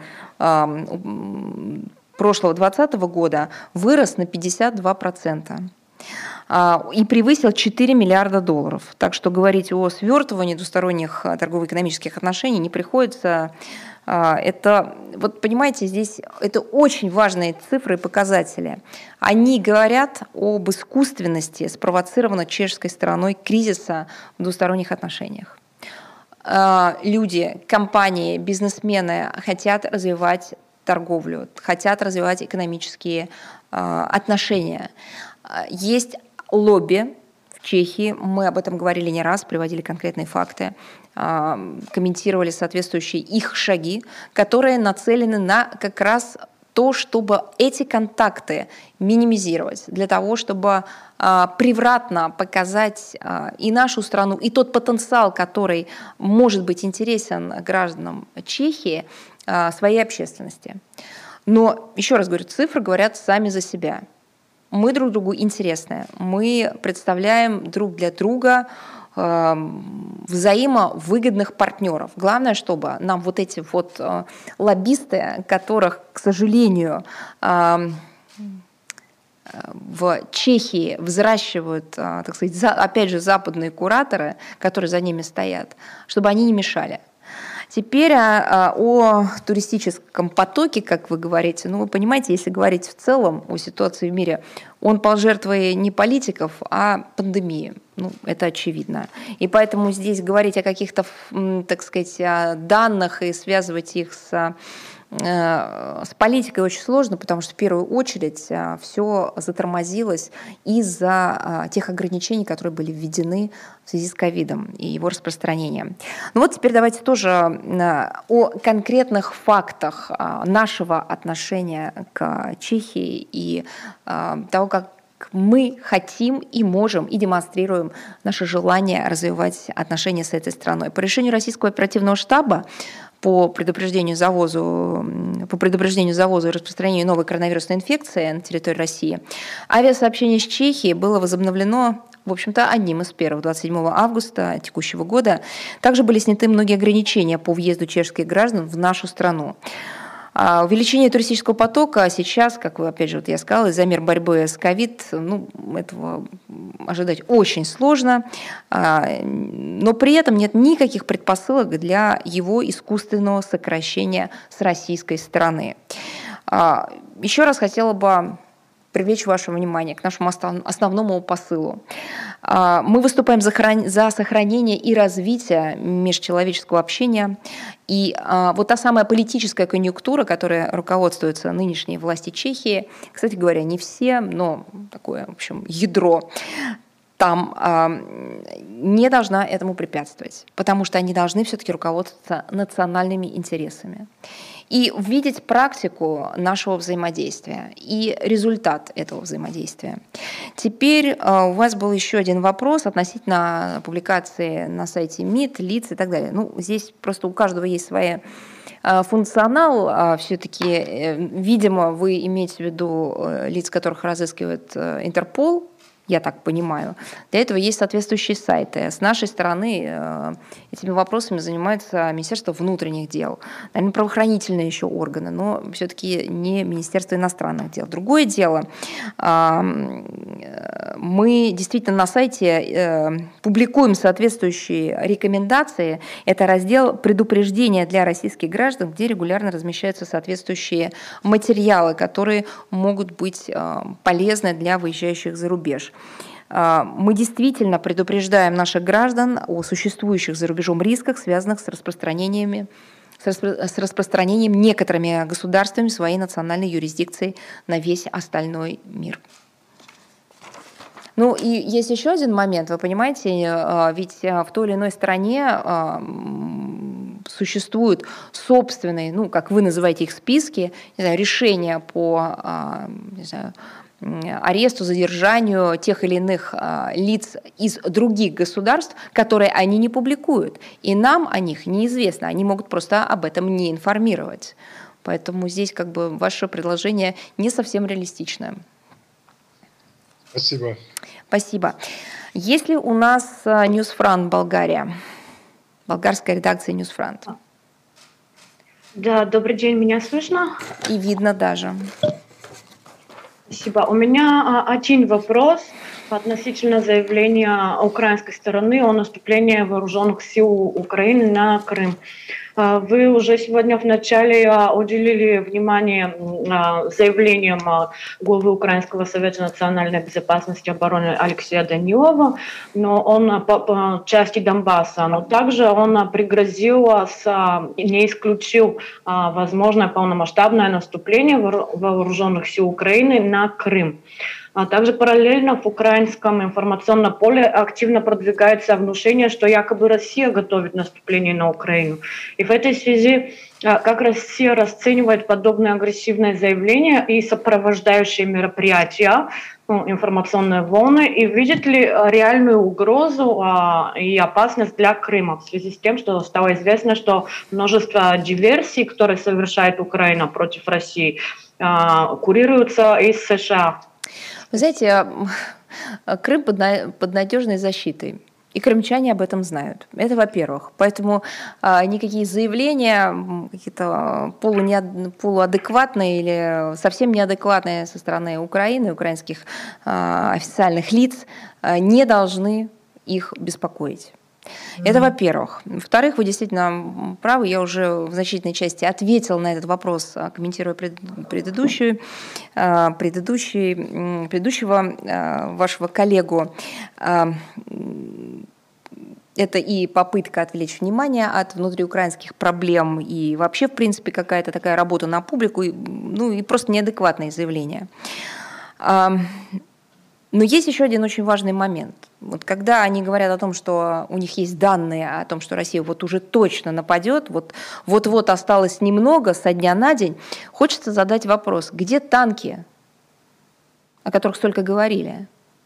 прошлого 2020 года вырос на 52% и превысил $4 миллиарда. Так что говорить о свертывании двусторонних торгово-экономических отношений не приходится. Это, вот понимаете, здесь это очень важные цифры и показатели. Они говорят об искусственности, спровоцированного чешской стороной кризиса в двусторонних отношениях. Люди, компании, бизнесмены хотят развивать торговлю, хотят развивать экономические отношения. Есть лобби в Чехии, мы об этом говорили не раз, приводили конкретные факты, комментировали соответствующие их шаги, которые нацелены на как раз то, чтобы эти контакты минимизировать, для того, чтобы превратно показать и нашу страну, и тот потенциал, который может быть интересен гражданам Чехии, своей общественности. Но, еще раз говорю, цифры говорят сами за себя. Мы друг другу интересны, мы представляем друг для друга взаимовыгодных партнеров. Главное, чтобы нам вот эти вот лоббисты, которых, к сожалению, в Чехии взращивают, так сказать, опять же, западные кураторы, которые за ними стоят, чтобы они не мешали. Теперь о туристическом потоке, как вы говорите, ну вы понимаете, если говорить в целом о ситуации в мире, он пал жертвой не политиков, а пандемии. Ну, это очевидно. И поэтому здесь говорить о каких-то, так сказать, данных и связывать их с политикой очень сложно, потому что в первую очередь все затормозилось из-за тех ограничений, которые были введены в связи с ковидом и его распространением. Ну вот теперь давайте тоже о конкретных фактах нашего отношения к Чехии и того, как мы хотим и можем и демонстрируем наше желание развивать отношения с этой страной. По решению Российского оперативного штаба по предупреждению завозу и распространению новой коронавирусной инфекции на территории России, авиасообщение с Чехией было возобновлено, в общем-то, одним из первых, 27 августа текущего года. Также были сняты многие ограничения по въезду чешских граждан в нашу страну. Увеличение туристического потока сейчас, как вы, опять же, вот я сказала, из-за мер борьбы с ковид, ну, этого ожидать очень сложно, но при этом нет никаких предпосылок для его искусственного сокращения с российской стороны. Еще раз хотела бы привлечь ваше внимание к нашему основному посылу. Мы выступаем за сохранение и развитие межчеловеческого общения. И вот та самая политическая конъюнктура, которая руководствуется нынешней властью Чехии, кстати говоря, не все, но такое, в общем, ядро, там не должна этому препятствовать, потому что они должны все-таки руководствоваться национальными интересами. И видеть практику нашего взаимодействия и результат этого взаимодействия. Теперь у вас был еще один вопрос относительно публикации на сайте МИД, лиц и так далее. Ну, здесь просто у каждого есть своя функционал. Все-таки, видимо, вы имеете в виду лиц, которых разыскивает Интерпол, я так понимаю. Для этого есть соответствующие сайты. С нашей стороны этими вопросами занимается Министерство внутренних дел, наверное, правоохранительные еще органы, но все-таки не Министерство иностранных дел. Другое дело, мы действительно на сайте публикуем соответствующие рекомендации. Это раздел «Предупреждения для российских граждан», где регулярно размещаются соответствующие материалы, которые могут быть полезны для выезжающих за рубеж. Мы действительно предупреждаем наших граждан о существующих за рубежом рисках, связанных с распространением некоторыми государствами своей национальной юрисдикции на весь остальной мир. Ну и есть еще один момент, вы понимаете, ведь в той или иной стране существуют собственные, ну, как вы называете их, списки, не знаю, решения по, не знаю, аресту, задержанию тех или иных лиц из других государств, которые они не публикуют. И нам о них неизвестно, они могут просто об этом не информировать. Поэтому здесь как бы ваше предложение не совсем реалистичное. Спасибо. Спасибо. Есть ли у нас Ньюсфронт Болгария? Болгарская редакция Ньюсфронт. Да, добрый день, меня слышно? И видно даже. Спасибо. У меня один вопрос относительно заявления украинской стороны о наступлении вооруженных сил Украины на Крым. Вы уже сегодня в начале уделили внимание заявлениям главы Украинского совета национальной безопасности и обороны Алексея Данилова, но он по части Донбасса, но также он пригрозил, не исключил возможное полномасштабное наступление вооруженных сил Украины на Крым. А также параллельно в украинском информационном поле активно продвигается внушение, что якобы Россия готовит наступление на Украину. И в этой связи, как Россия расценивает подобные агрессивные заявления и сопровождающие мероприятия, информационные волны, и видит ли реальную угрозу и опасность для Крыма в связи с тем, что стало известно, что множество диверсий, которые совершает Украина против России, курируются из США. Вы знаете, Крым под надежной защитой. И крымчане об этом знают. Это во-первых. Поэтому никакие заявления, какие-то полуадекватные или совсем неадекватные со стороны Украины, украинских официальных лиц, не должны их беспокоить. Это во-первых. Во-вторых, вы действительно правы, я уже в значительной части ответила на этот вопрос, комментируя предыдущего вашего коллегу. Это и попытка отвлечь внимание от внутриукраинских проблем, и вообще, в принципе, какая-то такая работа на публику, и просто неадекватные заявления. Но есть еще один очень важный момент. Вот когда они говорят о том, что у них есть данные о том, что Россия вот уже точно нападет, вот-вот осталось немного со дня на день, хочется задать вопрос, где танки, о которых столько говорили?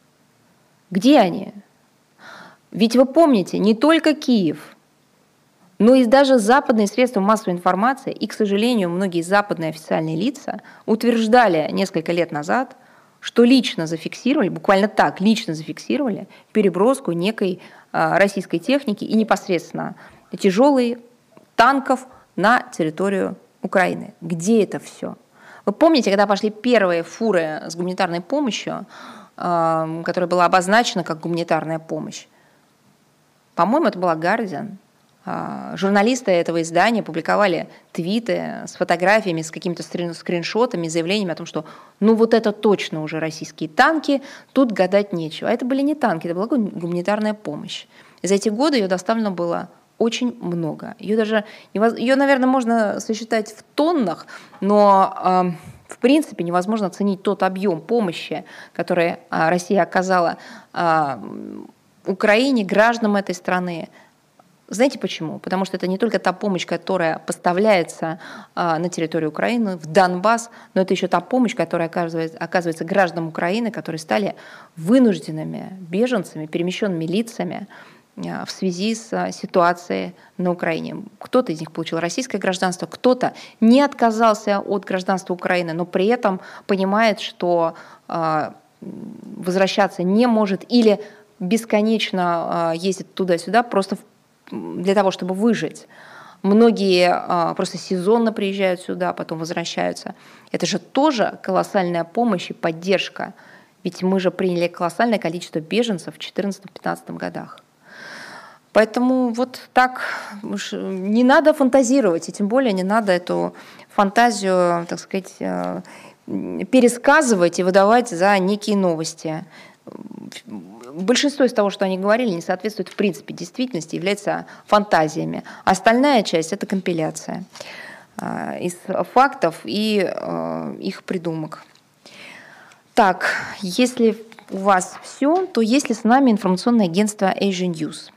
Где они? Ведь вы помните, не только Киев, но и даже западные средства массовой информации, и, к сожалению, многие западные официальные лица утверждали несколько лет назад, что лично зафиксировали, буквально так, лично зафиксировали переброску некой российской техники и непосредственно тяжелых танков на территорию Украины. Где это все? Вы помните, когда пошли первые фуры с гуманитарной помощью, которая была обозначена как гуманитарная помощь? По-моему, это была «Гардиан». Журналисты этого издания публиковали твиты с фотографиями, с какими-то скриншотами, заявлениями о том, что ну вот это точно уже российские танки, тут гадать нечего. А это были не танки, это была гуманитарная помощь. И за эти годы ее доставлено было очень много. Ее, наверное, можно сосчитать в тоннах, но в принципе невозможно оценить тот объем помощи, который Россия оказала Украине, гражданам этой страны. Знаете почему? Потому что это не только та помощь, которая поставляется на территорию Украины, в Донбасс, но это еще та помощь, которая оказывается гражданам Украины, которые стали вынужденными беженцами, перемещенными лицами в связи с ситуацией на Украине. Кто-то из них получил российское гражданство, кто-то не отказался от гражданства Украины, но при этом понимает, что возвращаться не может или бесконечно ездит туда-сюда просто для того, чтобы выжить. Многие просто сезонно приезжают сюда, потом возвращаются. Это же тоже колоссальная помощь и поддержка. Ведь мы же приняли колоссальное количество беженцев в 2014-2015 годах. Поэтому вот так не надо фантазировать, и тем более не надо эту фантазию, так сказать, пересказывать и выдавать за некие новости. Большинство из того, что они говорили, не соответствует в принципе действительности, является фантазиями. Остальная часть – это компиляция из фактов и их придумок. Так, если у вас все, то есть ли с нами информационное агентство Asia News?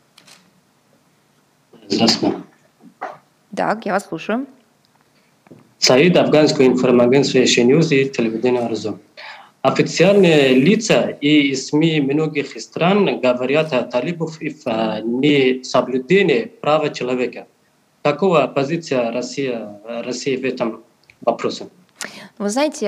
Здравствуйте. Так, я вас слушаю. Саид, афганское информагентство Asia News и телевидение Арзу. Официальные лица и СМИ многих стран говорят о талибов и несоблюдении прав человека. Какова позиция России в этом вопросе? Вы знаете,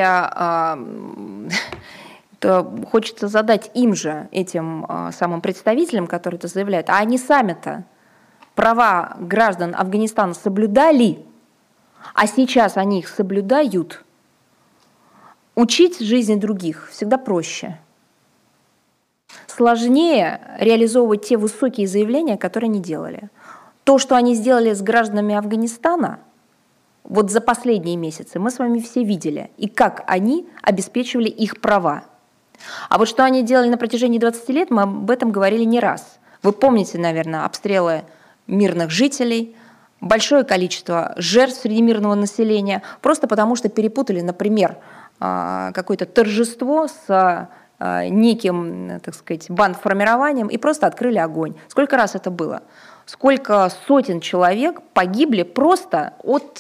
хочется задать им же, этим самым представителям, которые это заявляют, а они сами-то права граждан Афганистана соблюдали, а сейчас они их соблюдают. Учить жизни других всегда проще. Сложнее реализовывать те высокие заявления, которые они делали. То, что они сделали с гражданами Афганистана, вот за последние месяцы мы с вами все видели, и как они обеспечивали их права. А вот что они делали на протяжении 20 лет, мы об этом говорили не раз. Вы помните, наверное, обстрелы мирных жителей, большое количество жертв среди мирного населения, просто потому что перепутали, например, какое-то торжество с неким, так сказать, бандформированием и просто открыли огонь. Сколько раз это было? Сколько сотен человек погибли просто от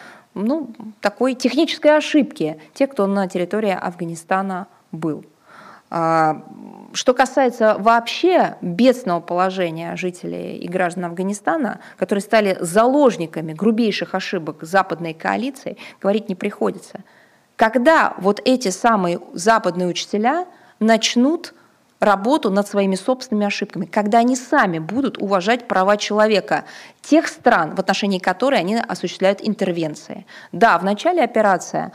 такой технической ошибки, те, кто на территории Афганистана был. Что касается вообще бедственного положения жителей и граждан Афганистана, которые стали заложниками грубейших ошибок западной коалиции, говорить не приходится. Когда вот эти самые западные учителя начнут работу над своими собственными ошибками, когда они сами будут уважать права человека тех стран, в отношении которых они осуществляют интервенции. Да, в начале операция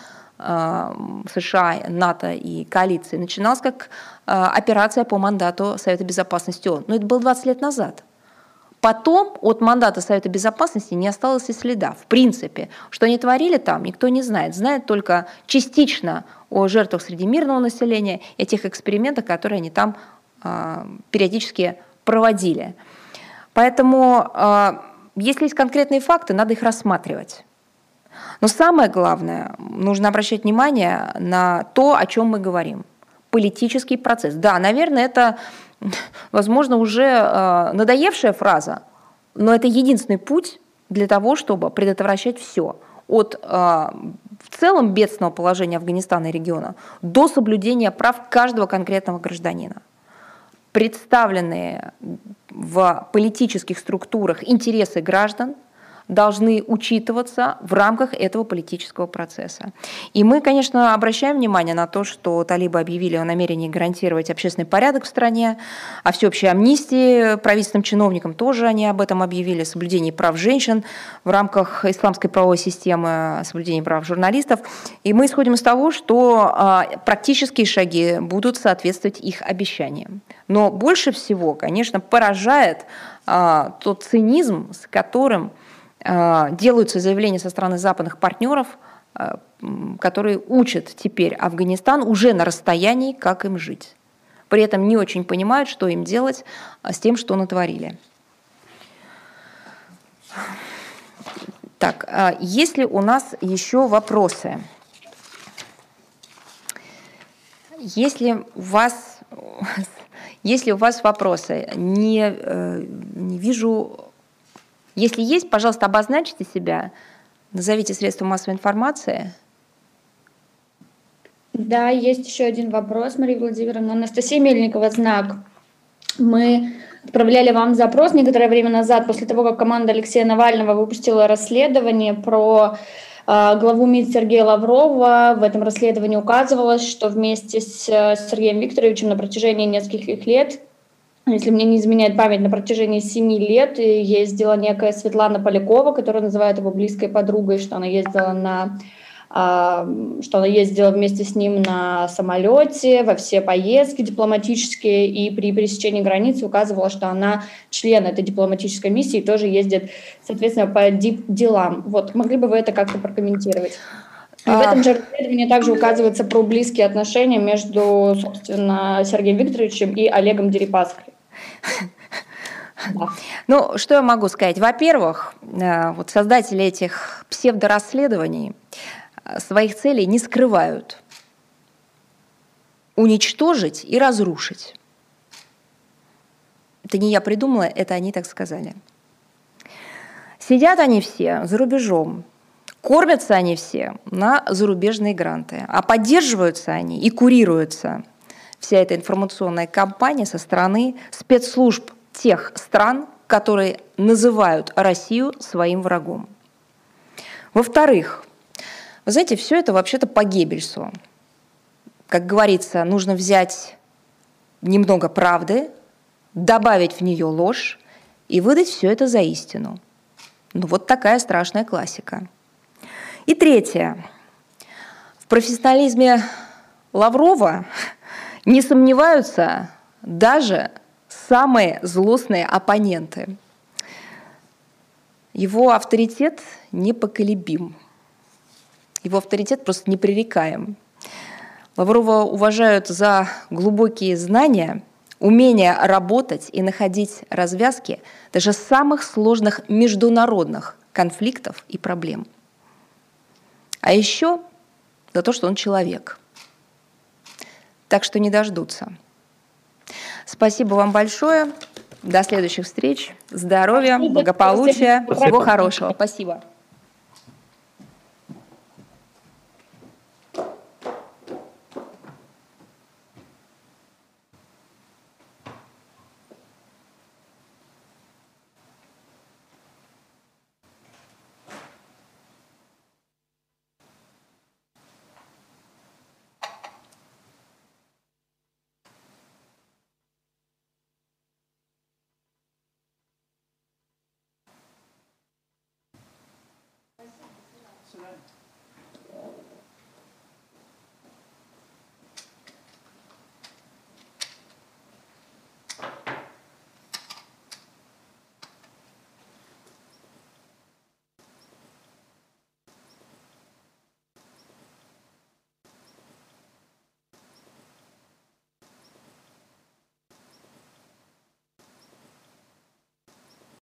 США, НАТО и коалиции начиналась как операция по мандату Совета Безопасности ООН. Но это было 20 лет назад. Потом от мандата Совета Безопасности не осталось и следа. В принципе, что они творили там, никто не знает. Знает только частично о жертвах среди мирного населения и о тех экспериментах, которые они там периодически проводили. Поэтому, если есть конкретные факты, надо их рассматривать. Но самое главное, нужно обращать внимание на то, о чем мы говорим. Политический процесс. Да, наверное, это, возможно, уже надоевшая фраза, но это единственный путь для того, чтобы предотвращать все. От в целом бедственного положения Афганистана и региона до соблюдения прав каждого конкретного гражданина. Представленные в политических структурах интересы граждан должны учитываться в рамках этого политического процесса. И мы, конечно, обращаем внимание на то, что талибы объявили о намерении гарантировать общественный порядок в стране, о всеобщей амнистии правительственным чиновникам тоже они об этом объявили, соблюдении прав женщин в рамках исламской правовой системы, соблюдении прав журналистов. И мы исходим из того, что практические шаги будут соответствовать их обещаниям. Но больше всего, конечно, поражает тот цинизм, с которым делаются заявления со стороны западных партнеров, которые учат теперь Афганистан уже на расстоянии, как им жить. При этом не очень понимают, что им делать с тем, что натворили. Так, есть ли у нас еще вопросы? Если у вас вопросы, не вижу. Если есть, пожалуйста, обозначьте себя, назовите средства массовой информации. Да, есть еще один вопрос, Мария Владимировна. Анастасия Мельникова, «Знак». Мы отправляли вам запрос некоторое время назад, после того, как команда Алексея Навального выпустила расследование про главу МИД Сергея Лаврова. В этом расследовании указывалось, что вместе с Сергеем Викторовичем на протяжении нескольких лет, если мне не изменяет память, на протяжении 7 лет ездила некая Светлана Полякова, которая называет его близкой подругой, что она ездила вместе с ним на самолете во все поездки дипломатические, и при пересечении границы указывала, что она член этой дипломатической миссии и тоже ездит, соответственно, по делам. Вот, могли бы вы это как-то прокомментировать? И в этом же расследовании также указывается про близкие отношения между, собственно, Сергеем Викторовичем и Олегом Дерипаской. Да. Ну, что я могу сказать? Во-первых, вот создатели этих псевдорасследований своих целей не скрывают. Уничтожить и разрушить. Это не я придумала, это они так сказали. Сидят они все за рубежом, кормятся они все на зарубежные гранты, а поддерживаются они и курируются вся эта информационная кампания со стороны спецслужб тех стран, которые называют Россию своим врагом. Во-вторых, вы знаете, все это вообще-то по Геббельсу. Как говорится, нужно взять немного правды, добавить в нее ложь и выдать все это за истину. Ну вот такая страшная классика. И третье. В профессионализме Лаврова не сомневаются даже самые злостные оппоненты. Его авторитет непоколебим. Его авторитет просто непререкаем. Лаврова уважают за глубокие знания, умение работать и находить развязки даже самых сложных международных конфликтов и проблем. А еще за то, что он человек. Так что не дождутся. Спасибо вам большое. До следующих встреч. Здоровья, благополучия, всего хорошего. Спасибо.